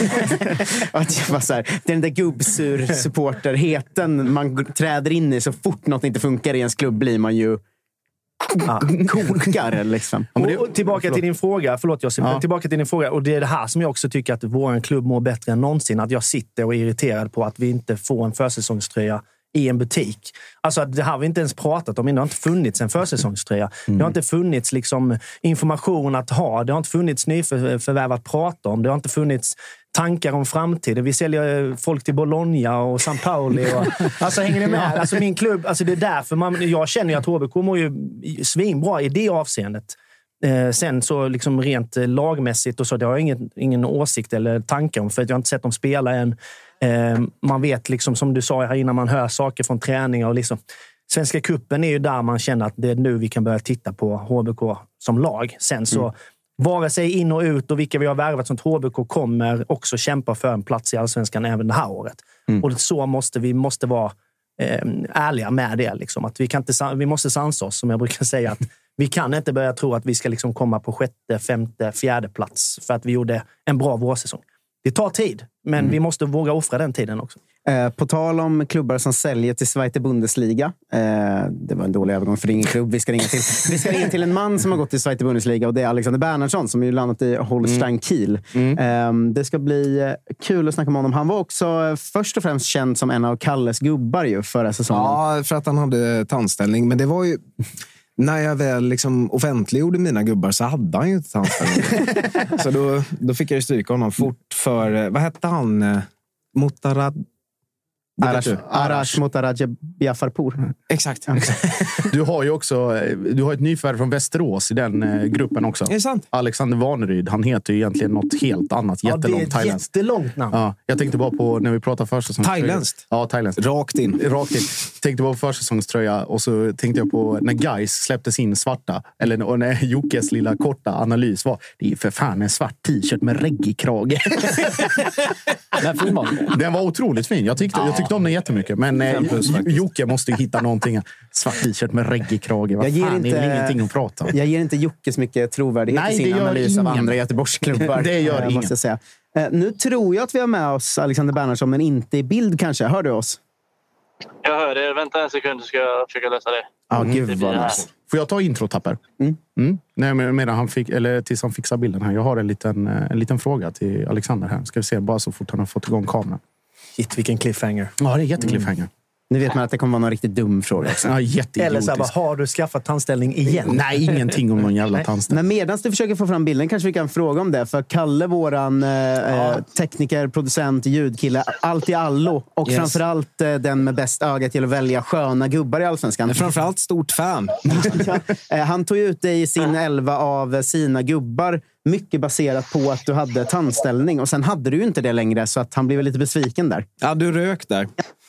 Att jag var så här, det är den där gubbsur-supporterheten man träder in i så fort något inte funkar i ens klubb blir man ju ah, kokar liksom. Ja, och, och tillbaka förlåt. till din fråga, förlåt Josip, ja. tillbaka till din fråga, och det är det här som jag också tycker att vår klubb mår bättre än någonsin, att jag sitter och är irriterad på att vi inte får en försäsongströja i en butik. Alltså det har vi inte ens pratat om. Det har inte funnits en försäsongströja. Mm. Det har inte funnits liksom information att ha. Det har inte funnits nyförvärv att prata om. Det har inte funnits tankar om framtiden. Vi säljer folk till Bologna och San Pauli. Och, alltså hänger ni med? Alltså min klubb, alltså det är därför man, jag känner ju att H B K mår ju svinbra i det avseendet. Eh, sen så liksom rent lagmässigt och så, det har jag ingen, ingen åsikt eller tankar om, för att jag har inte sett dem spela än. Eh, man vet liksom, som du sa här innan, man hör saker från träningar och liksom, Svenska cupen är ju där man känner att det är nu vi kan börja titta på H B K som lag. Sen så mm. vare sig in och ut och vilka vi har värvat som H B K kommer också kämpa för en plats i Allsvenskan även det här året. Mm. Och så måste vi måste vara eh, ärliga med det liksom, att vi kan inte, vi måste sansa oss, som jag brukar säga, att vi kan inte börja tro att vi ska liksom komma på sjätte, femte, fjärde plats för att vi gjorde en bra vårsäsong. Det tar tid, men mm. vi måste våga offra den tiden också. Eh, på tal om klubbar som säljer till Zweite Bundesliga. Eh, det var en dålig övergång för ingen klubb. Vi ska ringa till, vi ska ringa till en man som har gått till Zweite Bundesliga, och det är Alexander Bernhardsson som ju landat i Holstein Kiel. Mm. Eh, det ska bli kul att snacka med honom. Han var också först och främst känd som en av Kalles gubbar ju förra säsongen. Ja, för att han hade tandställning. Men det var ju... När jag väl liksom offentliggjorde mina gubbar så hade han ju inte tandställning. Så då, då fick jag ju stryka honom fort för... Vad hette han? Motarad... Arash, Arash mot Arash Biafarpour. Exakt. Du har ju också du har ett nyförvärv från Västerås i den eh, gruppen också. Är det sant? Alexander Vaneryd. Han heter ju egentligen något helt annat. Ja, Jättelångt det är ett thailändskt. jättelångt namn. Ja, jag tänkte bara på när vi pratar försäsong. Thailändskt? Ja, thailändskt. Rakt in. Rakt in. Tänkte på försäsongströja och så tänkte jag på när Guys släppte sin svarta, eller och när Jockes lilla korta analys var, det är ju för fan en svart t-shirt med reggae-krage. Den fin var den. Den var otroligt fin. Jag tyckte, jag tyckte om den jättemycket. Men eh, Jocke måste ju hitta någonting. Svart t-shirt med reggae-krage. Vad Jag ger fan, inte- det är väl ingenting att prata om. Jag ger inte Jocke så mycket trovärdighet Nej, i det sin gör analys av ingen. andra Göteborgsklubbar. Det gör eh, ingen. måste jag säga. Eh, Nu tror jag att vi har med oss Alexander Bernhardsson, men inte i bild kanske. Hör du oss? Jag hör det. Vänta en sekund så ska jag försöka lösa det. Ja, Mm. gud Det blir vad det här. nice. Får jag ta introtapper? Mm. Mm. Nej, men medan han fick, eller tills han fixar bilden här. Jag har en liten, en liten fråga till Alexander här. Ska vi se bara så fort han har fått igång kameran. Shit, vilken cliffhanger. Ja, det är jättekliffhanger. Nu vet man att det kommer vara någon riktigt dum fråga också. Ja, jätteidiotisk. Eller så här, bara, har du skaffat tandställning igen? Nej, ingenting om någon jävla tandställning. Men medan du försöker få fram bilden kanske vi kan fråga om det. För Kalle, våran eh, tekniker, producent, ljudkille, allt i allo. Och Yes. framförallt eh, den med bäst öga till att välja sköna gubbar i Allsvenskan. Framförallt stort fan. Ja, eh, han tog ut dig i sin elva av sina gubbar. Mycket baserat på att du hade tandställning. Och sen hade du ju inte det längre, så att han blev lite besviken där. Ja, du rök där.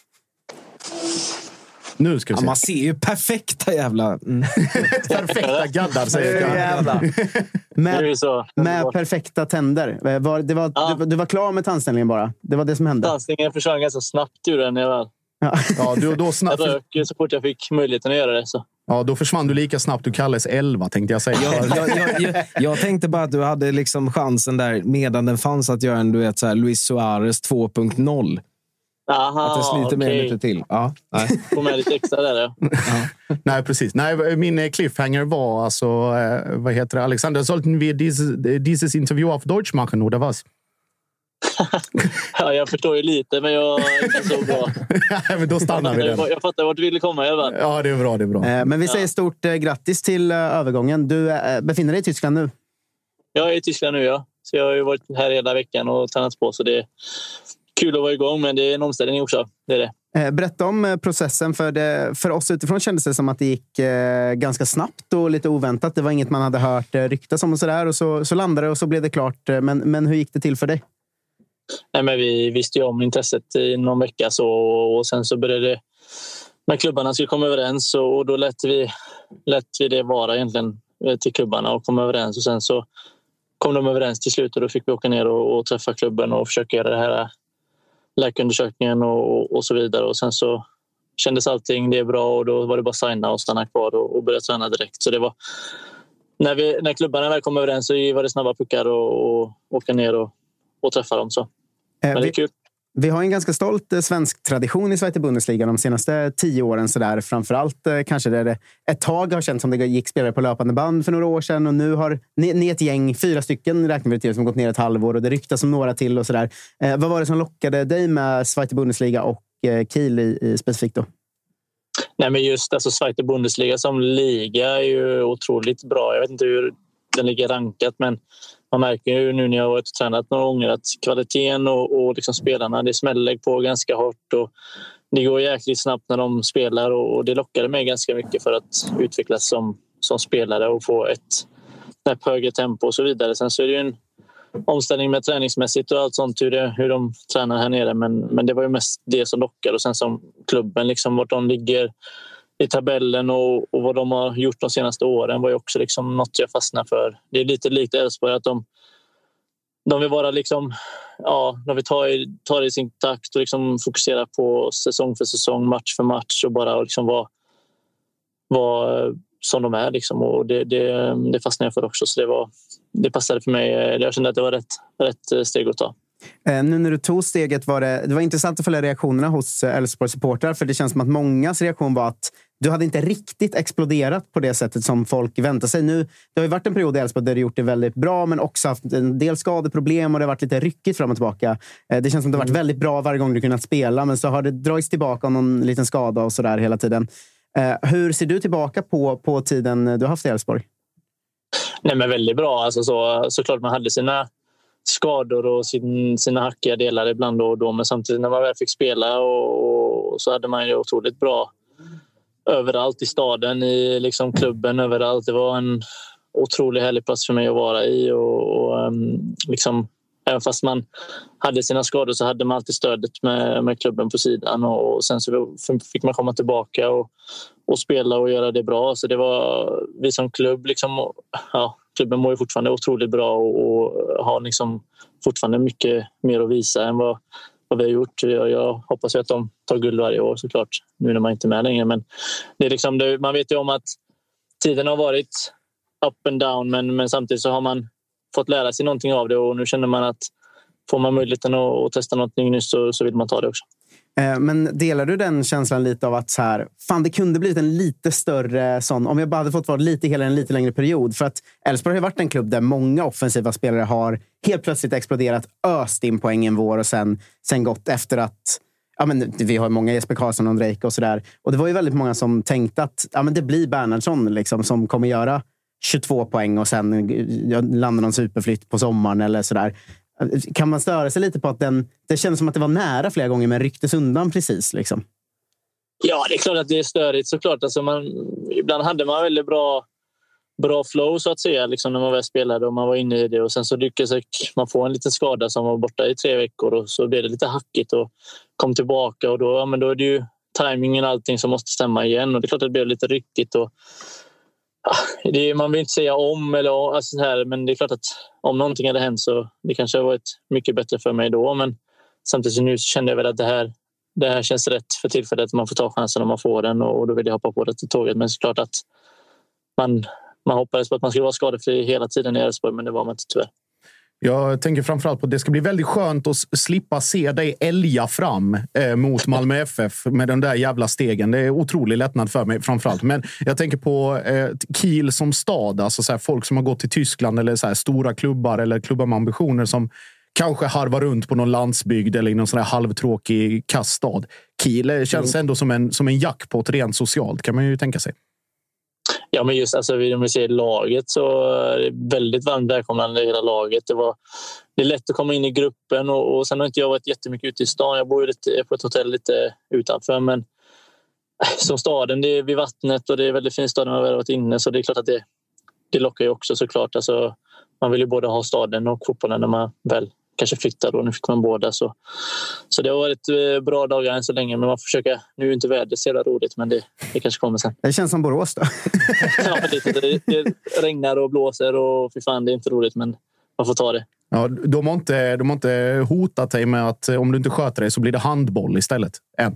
Nu ska vi Ja, se. man ser ju perfekta jävla... Mm. Perfekta gaddar, säger jag. Jävlar. Det är ju Med, så. med perfekta tänder. Eh, Var, det var, Ja. du, du var klar med tandställningen bara. Det var det som hände. Dansningen försvann ganska snabbt ur den. Jag, Ja. Ja, du, då, jag snabbt, rök så fort jag fick möjligheten att göra det. Så. ja, då försvann du lika snabbt du Kalles elva, tänkte jag säga. Jag, jag, jag, jag, jag tänkte bara att du hade liksom chansen där medan den fanns att göra en, du vet, så här, Luis Suarez två punkt noll. Aha, Att det sliter med okej. lite till. Ja, nej. Få med lite extra där. Ja. Nej, precis. Nej, min eh, cliffhanger var alltså, eh, vad heter det? Alexander, sollten wir dieses, dieses Interview auf Deutsch machen, oder was? Ja, jag förstår ju lite, men jag är inte så bra. Nej, men då stannar vi Jag, den. jag fattar vart du ville komma i alla fall. Ja, det är bra, det är bra. Eh, Men vi säger stort eh, grattis till eh, övergången. Du eh, befinner dig i Tyskland nu. Jag är i Tyskland nu, ja. Så jag har ju varit här hela veckan och tränat på, så det är kul att vara igång, men det är en omställning också. Det är det. Eh, Berätta om eh, processen. För, det, för oss utifrån kändes det som att det gick eh, ganska snabbt och lite oväntat. Det var inget man hade hört eh, ryktas om och sådär. Och så, så landade det och så blev det klart. Eh, Men, men hur gick det till för dig? Nej, men vi visste ju om intresset i någon vecka, så, och sen så började det när klubbarna skulle komma överens, och då lät vi, lät vi det vara egentligen till klubbarna och komma överens, och sen så kom de överens till slut, och då fick vi åka ner och, och träffa klubben och försöka göra det här läkarundersökningen och, och så vidare, och sen så kändes allting det är bra, och då var det bara signa och stanna kvar och, och börja träna direkt. Så det var när, vi, när klubbarna väl kom överens så var det snabba puckar och, och åka ner och, och träffa dem. Så. Eh, Men det är vi, kul. vi har en ganska stolt eh, svensk tradition i Zweite Bundesliga de senaste tio åren. Så där. Framförallt eh, kanske där det ett tag har känts som det gick spelare på löpande band för några år sedan. Och nu har ni, ni ett gäng, fyra stycken räknar vi till, som gått ner ett halvår. Och det ryktas om några till och sådär. Eh, vad var det som lockade dig med Zweite Bundesliga och eh, Kiel i, i specifikt då? Nej, men just alltså, Zweite Bundesliga som liga är ju otroligt bra. Jag vet inte hur den ligger rankat, men man märker ju nu när jag har varit och tränat några gånger att kvaliteten och, och liksom spelarna, det smäller på ganska hårt, och det går jäkligt snabbt när de spelar, och, och det lockade mig ganska mycket för att utvecklas som, som spelare och få ett, ett högre tempo och så vidare. Sen så är det ju en omställning med träningsmässigt och allt sånt, hur, det, hur de tränar här nere, men, men det var ju mest det som lockade, och sen som klubben, liksom vart de ligger i tabellen och, och vad de har gjort de senaste åren var ju också liksom något jag fastnar för. Det är lite likt Elfsborg att de, de vill vara liksom, ja, de vill ta, i, ta det i sin takt och liksom fokusera på säsong för säsong, match för match, och bara liksom vara, vara som de är liksom, och det, det, det fastnade jag för också, så det var, det passade för mig. Jag kände att det var rätt, rätt steg att ta. Eh, nu när du tog steget var det, det var intressant att följa reaktionerna hos eh, Elfsborgs supportrar, för det känns som att mångas reaktion var att du hade inte riktigt exploderat på det sättet som folk väntar sig. Nu, det har ju varit en period i Elfsborg där du gjort det väldigt bra, men också haft en del skadeproblem och det har varit lite ryckigt fram och tillbaka. Eh, det känns som att det har varit väldigt bra varje gång du kunnat spela, men så har det dragits tillbaka av någon liten skada och sådär hela tiden. Eh, hur ser du tillbaka på, på tiden du har haft i Elfsborg? Nej, men väldigt bra. Alltså så, såklart man hade sina skador och sin, sina hackiga delar ibland då och då. Men samtidigt när man väl fick spela och, och så hade man ju otroligt bra överallt i staden, i liksom klubben, överallt. Det var en otroligt härlig plats för mig att vara i och, och um, liksom även fast man hade sina skador så hade man alltid stödet med, med klubben på sidan och sen så fick man komma tillbaka och, och spela och göra det bra. Så det var vi som klubb liksom, ja, klubben mår ju fortfarande otroligt bra och, och har liksom fortfarande mycket mer att visa än vad, vad vi har gjort. Jag, jag hoppas ju att de tar guld varje år såklart, nu när man inte är med längre. Men det är liksom, det, man vet ju om att tiden har varit up and down men, men samtidigt så har man fått lära sig någonting av det och nu känner man att får man möjligheten att, att testa någonting nytt så, så vill man ta det också. Men delar du den känslan lite av att så här, fan det kunde blivit en lite större sån, om jag bara hade fått vara lite hela en lite längre period, för att Elfsborg har varit en klubb där många offensiva spelare har helt plötsligt exploderat, öst in poängen vår och sen, sen gått efter att ja, men vi har många Jesper Karlsson och Drake och sådär, och det var ju väldigt många som tänkte att ja, men det blir Bernhardsson liksom, som kommer göra tjugotvå poäng och sen landar någon superflytt på sommaren eller sådär. Kan man störa sig lite på att den, det känns som att det var nära flera gånger men rycktes undan precis liksom? Ja, det är klart att det är störigt såklart. Alltså man, ibland hade man väldigt bra, bra flow så att säga liksom, när man väl spelade och man var inne i det och sen så lyckades man få en liten skada som var borta i tre veckor och så blev det lite hackigt och kom tillbaka och då, ja, men då är det ju timingen och allting som måste stämma igen och det är klart att det blev lite ryckigt och ja, det är, man vill inte säga om eller alltså så här, men det är klart att om någonting hade hänt så det kanske har varit mycket bättre för mig då, men samtidigt nu kände jag väl att det här, det här känns rätt för tillfället att man får ta chansen om man får den och då vill jag hoppa på det till tåget, men såklart att man, man hoppades på att man skulle vara skadefri hela tiden i Elfsborg, men det var man inte tyvärr. Jag tänker framförallt på att det ska bli väldigt skönt att slippa se dig älga fram eh, mot Malmö F F med den där jävla stegen. Det är otroligt lättnad för mig framförallt. Men jag tänker på eh, Kiel som stad. Alltså så här, folk som har gått till Tyskland eller så här, stora klubbar eller klubbar med ambitioner som kanske harvar runt på någon landsbygd eller i någon sån här halvtråkig kaststad. Kiel känns ändå som en, som en jackpot rent socialt, kan man ju tänka sig. Ja, men just alltså, om vi ser laget så är det väldigt varmt välkomnande i hela laget. Det, var, det är lätt att komma in i gruppen och, och sen har inte jag varit jättemycket ute i stan. Jag bor ju lite, på ett hotell lite utanför, men som staden, det är vid vattnet och det är väldigt fin stad när man väl varit inne, så det är klart att det, det lockar ju också såklart. Alltså, man vill ju både ha staden och fotbollen när man väl kanske flyttar och nu fick man båda. Så, så det har varit bra dagar än så länge, men man får försöka, nu är inte vädret så jävla roligt, men det, det kanske kommer sen. Det känns som Borås då. Ja, det, det, det regnar och blåser och för fan, det är inte roligt, men man får ta det. Ja, de har inte, de har inte hotat dig med att om du inte sköter dig så blir det handboll istället, än.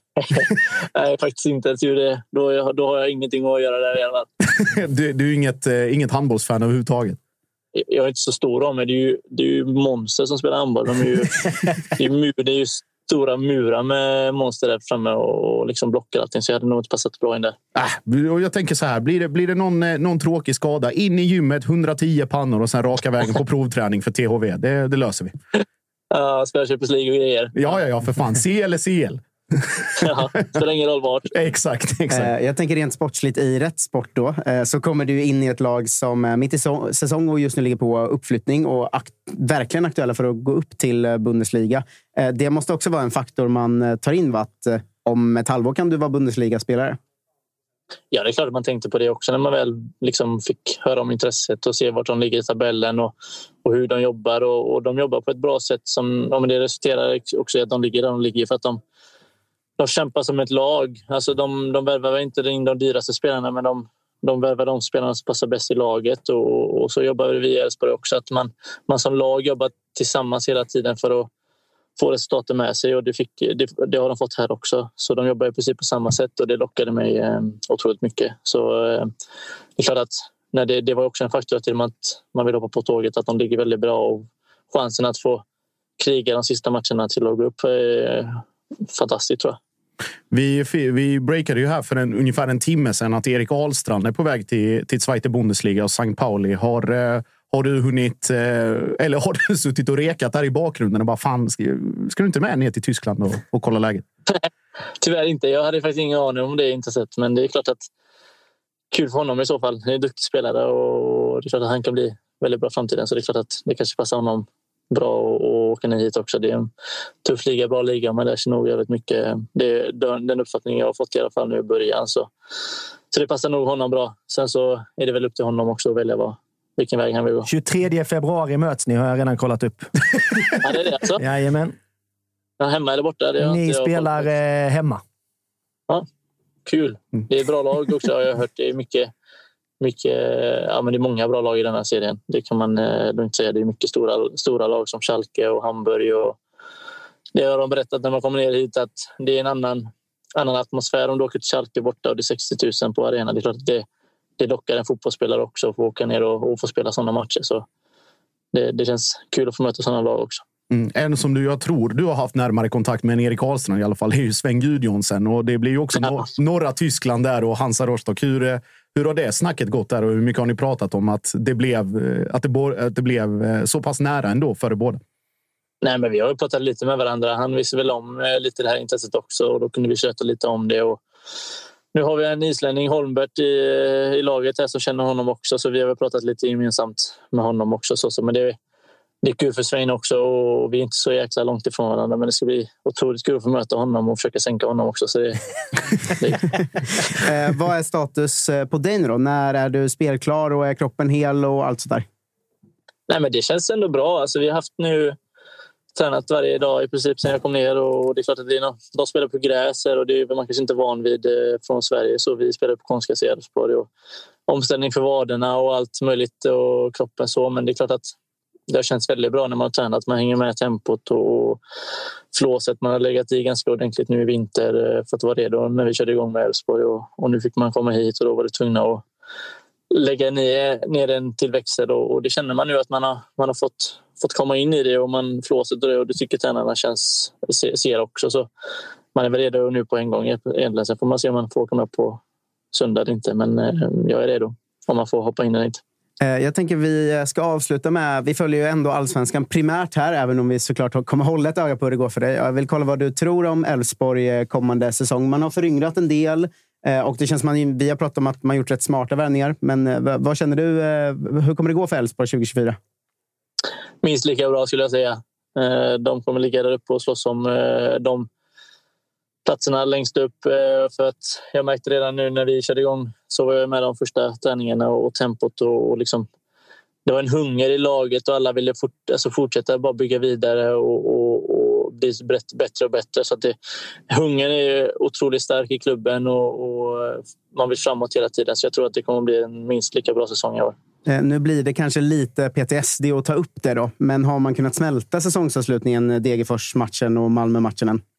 Nej, faktiskt inte. Det. Då, då har jag ingenting att göra där i alla fall. du, du är inget, inget handbollsfan överhuvudtaget? Jag är inte så stor om det. Det är ju, det är ju monster som spelar handboll. De är ju, det, är mur, det är ju stora murar med monster där framme och liksom blockar allting. Så jag hade nog inte passat bra in där. Äh, och jag tänker så här. Blir det, blir det någon, någon tråkig skada? In i gymmet, hundratio pannor och sen raka vägen på provträning för T H V. Det, det löser vi. Ja, spela Champions League och grejer. Ja, ja, ja, för fan. C eller C L. Ja, det spelar ingen roll vart. Exakt, exakt. Jag tänker rent sportsligt i rätt sport då. Så kommer du in i ett lag som mitt i säsong och just nu ligger på uppflyttning och akt- verkligen aktuella för att gå upp till Bundesliga. Det måste också vara en faktor man tar in, va? Att om ett halvår kan du vara Bundesliga-spelare. Ja, det är klart att man tänkte på det också när man väl liksom fick höra om intresset och se vart de ligger i tabellen och, och hur de jobbar. Och, och de jobbar på ett bra sätt som ja, men det resulterar också i att de ligger där de ligger för att de De kämpar som ett lag. Alltså de, de värvar inte in de dyraste spelarna, men de, de värvar de spelarna som passar bäst i laget. Och, och så jobbar vi i Elfsborg också. Att man, man som lag jobbar tillsammans hela tiden för att få resultaten med sig. Och det, fick, det, det har de fått här också. Så de jobbar i princip på samma sätt och det lockade mig eh, otroligt mycket. Så eh, det är klart att när det, det var också en faktor till att man vill hoppa på tåget. Att de ligger väldigt bra och chansen att få kriga de sista matcherna till att gå upp är eh, fantastiskt, tror jag. Vi, vi breakade ju här för en, ungefär en timme sedan att Erik Ahlstrand är på väg till, till Zweite Bundesliga och Sankt Pauli. Har, eh, har du hunnit, eh, eller har du suttit och rekat där i bakgrunden och bara fan, ska, ska du inte med ner till Tyskland och, och kolla läget? Tyvärr inte. Jag hade faktiskt ingen aning om det intresset, men det är klart att kul för honom i så fall. Han är en duktig spelare och det är klart att han kan bli väldigt bra i framtiden, så det är klart att det kanske passar honom bra att åka ner hit också. Det är en tuff liga, bra liga, men det är nog väldigt mycket. Det är den uppfattningen jag har fått i alla fall nu i början. Så, så det passar nog honom bra. Sen så är det väl upp till honom också att välja vad, vilken väg han vill gå. tjugotredje februari möts ni, har jag redan kollat upp. Ja, det är det alltså. Jajamän. Ja, hemma eller borta? Det ni spelar eh, hemma. Ja, kul. Det är ett bra lag också. Jag har hört det är mycket... Mycket, ja, men det är många bra lag i den här serien. Det kan man eh, inte säga. Det är mycket stora, stora lag som Schalke och Hamburg. Och det har de berättat när man kommer ner hit att det är en annan, annan atmosfär om du åker till Schalke borta och det är sextio tusen på arenan. Det är klart att det, det lockar en fotbollsspelare också att få åka ner och, och få spela sådana matcher. Så det, det känns kul att få möta sådana lag också. Mm. En som du, jag tror du har haft närmare kontakt med än Erik Karlström i alla fall, är ju Sven Gudjonsen. Och det blir ju också ja. nor- norra Tyskland där och Hansa Rostock. Hur, hur har det snacket gått där och hur mycket har ni pratat om att det blev, att det, bo- att det blev så pass nära ändå för båda? Nej, men vi har ju pratat lite med varandra. Han visste väl om lite det här intresset också och då kunde vi köta lite om det. Och nu har vi en islänning, Holmbert, i, i laget här som känner honom också. Så vi har väl pratat lite gemensamt med honom också. Så, så. Men det Det är kul för Svein också och vi är inte så jäkla långt ifrån varandra, men det ska bli otroligt kul att få möta honom och försöka sänka honom också. Så det, det... eh, vad är status på dig nu då? När är du spelklar och är kroppen hel och allt sådär? Nej, men det känns ändå bra. Alltså, vi har haft nu tränat varje dag i princip sen jag kom ner och det är klart att det är något, de spelar på gräs och det är man kanske inte van vid från Sverige, så vi spelar på konstgräs i Elfsborg och omställning för vaderna och allt möjligt och kroppen så, men det är klart att det har känts väldigt bra när man har tränat. Man hänger med tempot och flåset. Man har legat i ganska ordentligt nu i vinter för att vara redo när vi körde igång med Elfsborg. Och, och nu fick man komma hit och då var det tvungna att lägga ner, ner en till växel. Och, och det känner man nu att man har, man har fått, fått komma in i det och man flåset och det. Och det tycker tränarna känns, ser också. Så man är väl redo nu på en gång. Egentligen. Sen får man se om man får komma på söndag eller inte. Men jag är redo om man får hoppa in eller inte. Jag tänker vi ska avsluta med, vi följer ju ändå Allsvenskan primärt här, även om vi såklart kommer hålla ett öga på hur det går för dig. Jag vill kolla vad du tror om Elfsborg kommande säsong. Man har föryngrat en del och det känns som att vi har pratat om att man gjort rätt smarta värvningar. Men vad känner du, hur kommer det gå för Elfsborg tjugo tjugofyra? Minst lika bra skulle jag säga. De kommer ligga där uppe och slåss om de platserna längst upp, för att jag märkte redan nu när vi körde igång så var jag med de första träningarna och tempot och, och liksom det var en hunger i laget och alla ville fort, alltså fortsätta bara bygga vidare och, och, och bli bättre och bättre, så att det, hungern är otroligt stark i klubben och, och man vill framåt hela tiden, så jag tror att det kommer bli en minst lika bra säsong i år. Nu blir det kanske lite P T S D att ta upp det då, men har man kunnat smälta säsongsavslutningen, Degerfors-matchen och Malmö-matchen än?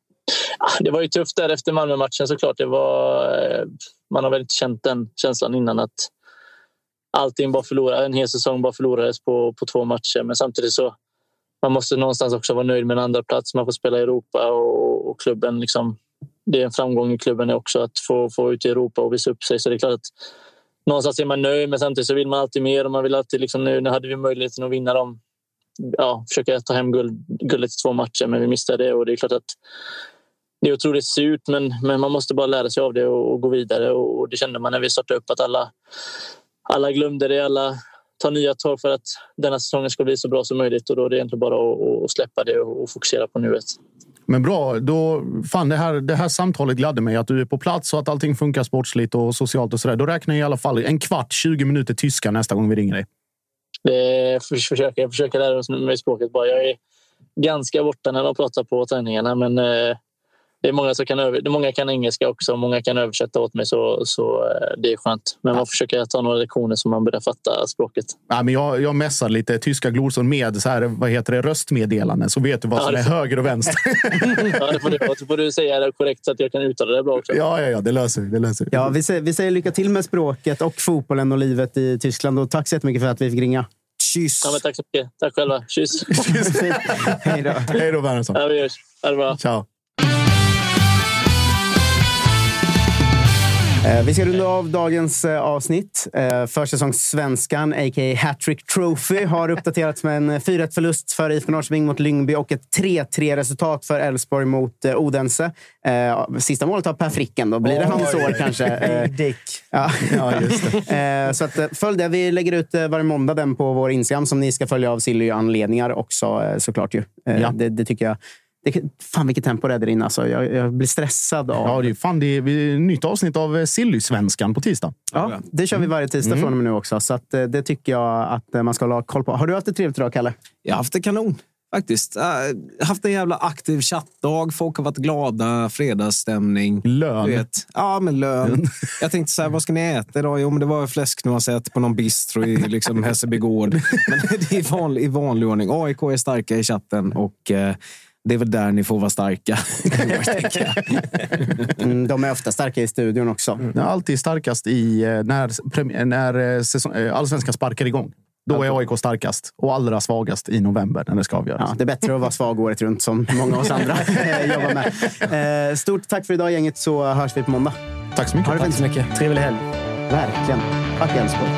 Det var ju tufft där efter Malmö-matchen såklart. Det var, man har väl inte känt den känslan innan att allting bara förlorade, en hel säsong bara förlorades på, på två matcher. Men samtidigt så man måste någonstans också vara nöjd med en andra plats. Man får spela i Europa och, och klubben liksom, det är en framgång i klubben också att få, få ut i Europa och visa upp sig. Så det är klart att någonstans är man nöjd, men samtidigt så vill man alltid mer och man vill alltid liksom, nu, nu hade vi möjligheten att vinna dem. Ja, försöka ta hem guld, guldet i två matcher, men vi missade det och det är klart att det är otroligt surt, men, men man måste bara lära sig av det och, och gå vidare och, och det kände man när vi startade upp att alla, alla glömde det, alla tar nya tag för att denna säsongen ska bli så bra som möjligt och då är det egentligen bara att, att släppa det och, och fokusera på nuet. Men bra, då fan det här, det här samtalet gladde mig att du är på plats och att allting funkar sportsligt och socialt och sådär. Då räknar jag i alla fall en kvart, tjugo minuter tyska nästa gång vi ringer dig. Det för, försöker, jag försöker lära mig språket bara. Jag är ganska borta när de pratar på träningarna, men eh, det är många som kan över, många kan engelska också, många kan översätta åt mig, så, så eh, det är skönt. Men man försöker ta några lektioner så man börjar fatta språket. Ja, men jag, jag mässar lite tyska glosor med så här, vad heter det, röstmeddelande, så vet du vad som ja, är höger och vänster. Ja, det får du, det får du säga det korrekt så att jag kan uttala det bra också. Ja, ja, ja, det löser vi. Det löser vi. Ja, vi säger, vi säger lycka till med språket och fotbollen och livet i Tyskland och tack så jättemycket för att vi fick ringa. Kyss. Ja, men tack så mycket. Tack själva. Kyss. Hej då. Hej då, Wernersson. Ja, vi görs. Ha det bra. Ciao. Vi ska runda av dagens avsnitt. Försäsongssvenskan, a k a. Hattrick Trophy, har uppdaterats med en fyra ett förlust för I F K Norrköping mot Lyngby och ett tre tre resultat för Elfsborg mot Odense. Sista målet har Per Fricken, då blir det hans år kanske. Dick. Ja, ja, just det. Så att, följ det. Vi lägger ut varje måndag den på vår Instagram som ni ska följa av Silly-anledningar också, såklart ju. Ja. Det, det tycker jag. Det, fan vilket tempo det är där inne. Alltså. Jag, jag blir stressad av... Ja, det är fan det är ett nytt avsnitt av Silly-svenskan på tisdag. Ja, det kör vi varje tisdag mm. från och med nu också. Så att, det tycker jag att man ska hålla koll på. Har du haft det trevligt idag, Kalle? Jag har haft det kanon, faktiskt. Jag har haft en jävla aktiv chattdag. Folk har varit glada. Fredagsstämning. Lön. Vet. Ja, men lön. Jag tänkte så här, vad ska ni äta idag? Jo, men det var fläsknoisette på någon bistro i liksom Hässelby gård. Men det är i vanlig, i vanlig ordning. A I K är starka i chatten och... Eh, det är väl där ni får vara starka. mm, de är ofta starka i studion också. Mm. De är alltid starkast i när, när säsong, allsvenskan sparkar igång. Då är A I K starkast och allra svagast i november när det ska avgöras. Ja, det är bättre att vara svag året runt som många av oss andra jobbar med. Stort tack för idag, gänget, så hörs vi på måndag. Tack så mycket. Ha det tack så mycket. Trevlig helg. Verkligen. Tack Elfsborg.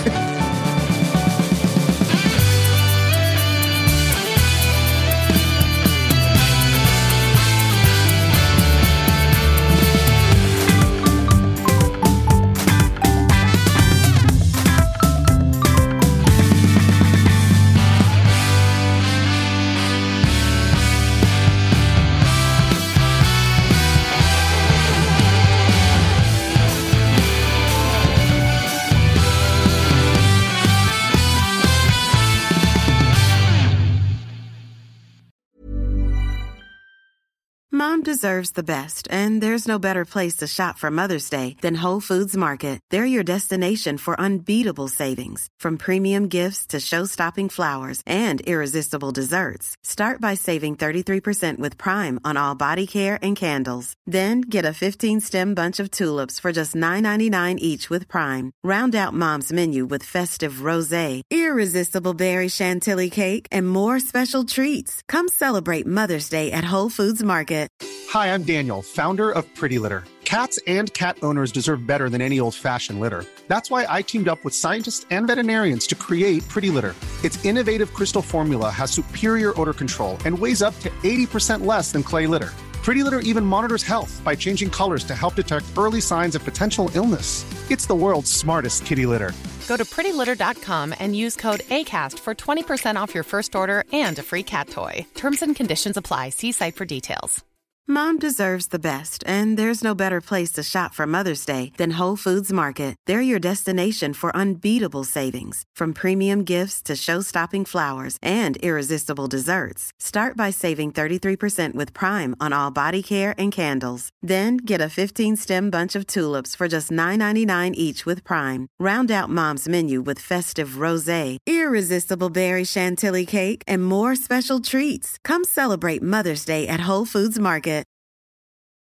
Mom deserves the best, and there's no better place to shop for Mother's Day than Whole Foods Market. They're your destination for unbeatable savings, from premium gifts to show-stopping flowers and irresistible desserts. Start by saving thirty-three percent with Prime on all body care and candles. Then get a fifteen-stem bunch of tulips for just nine ninety-nine each with Prime. Round out Mom's menu with festive rosé, irresistible berry chantilly cake, and more special treats. Come celebrate Mother's Day at Whole Foods Market. Hi, I'm Daniel, founder of Pretty Litter. Cats and cat owners deserve better than any old-fashioned litter. That's why I teamed up with scientists and veterinarians to create Pretty Litter. Its innovative crystal formula has superior odor control and weighs up to eighty percent less than clay litter. Pretty Litter even monitors health by changing colors to help detect early signs of potential illness. It's the world's smartest kitty litter. Go to pretty litter dot com and use code ACAST for twenty percent off your first order and a free cat toy. Terms and conditions apply. See site for details. Mom deserves the best, and there's no better place to shop for Mother's Day than Whole Foods Market. They're your destination for unbeatable savings, from premium gifts to show-stopping flowers and irresistible desserts. Start by saving thirty-three percent with Prime on all body care and candles. Then get a fifteen-stem bunch of tulips for just nine ninety-nine each with Prime. Round out Mom's menu with festive rosé, irresistible berry chantilly cake, and more special treats. Come celebrate Mother's Day at Whole Foods Market.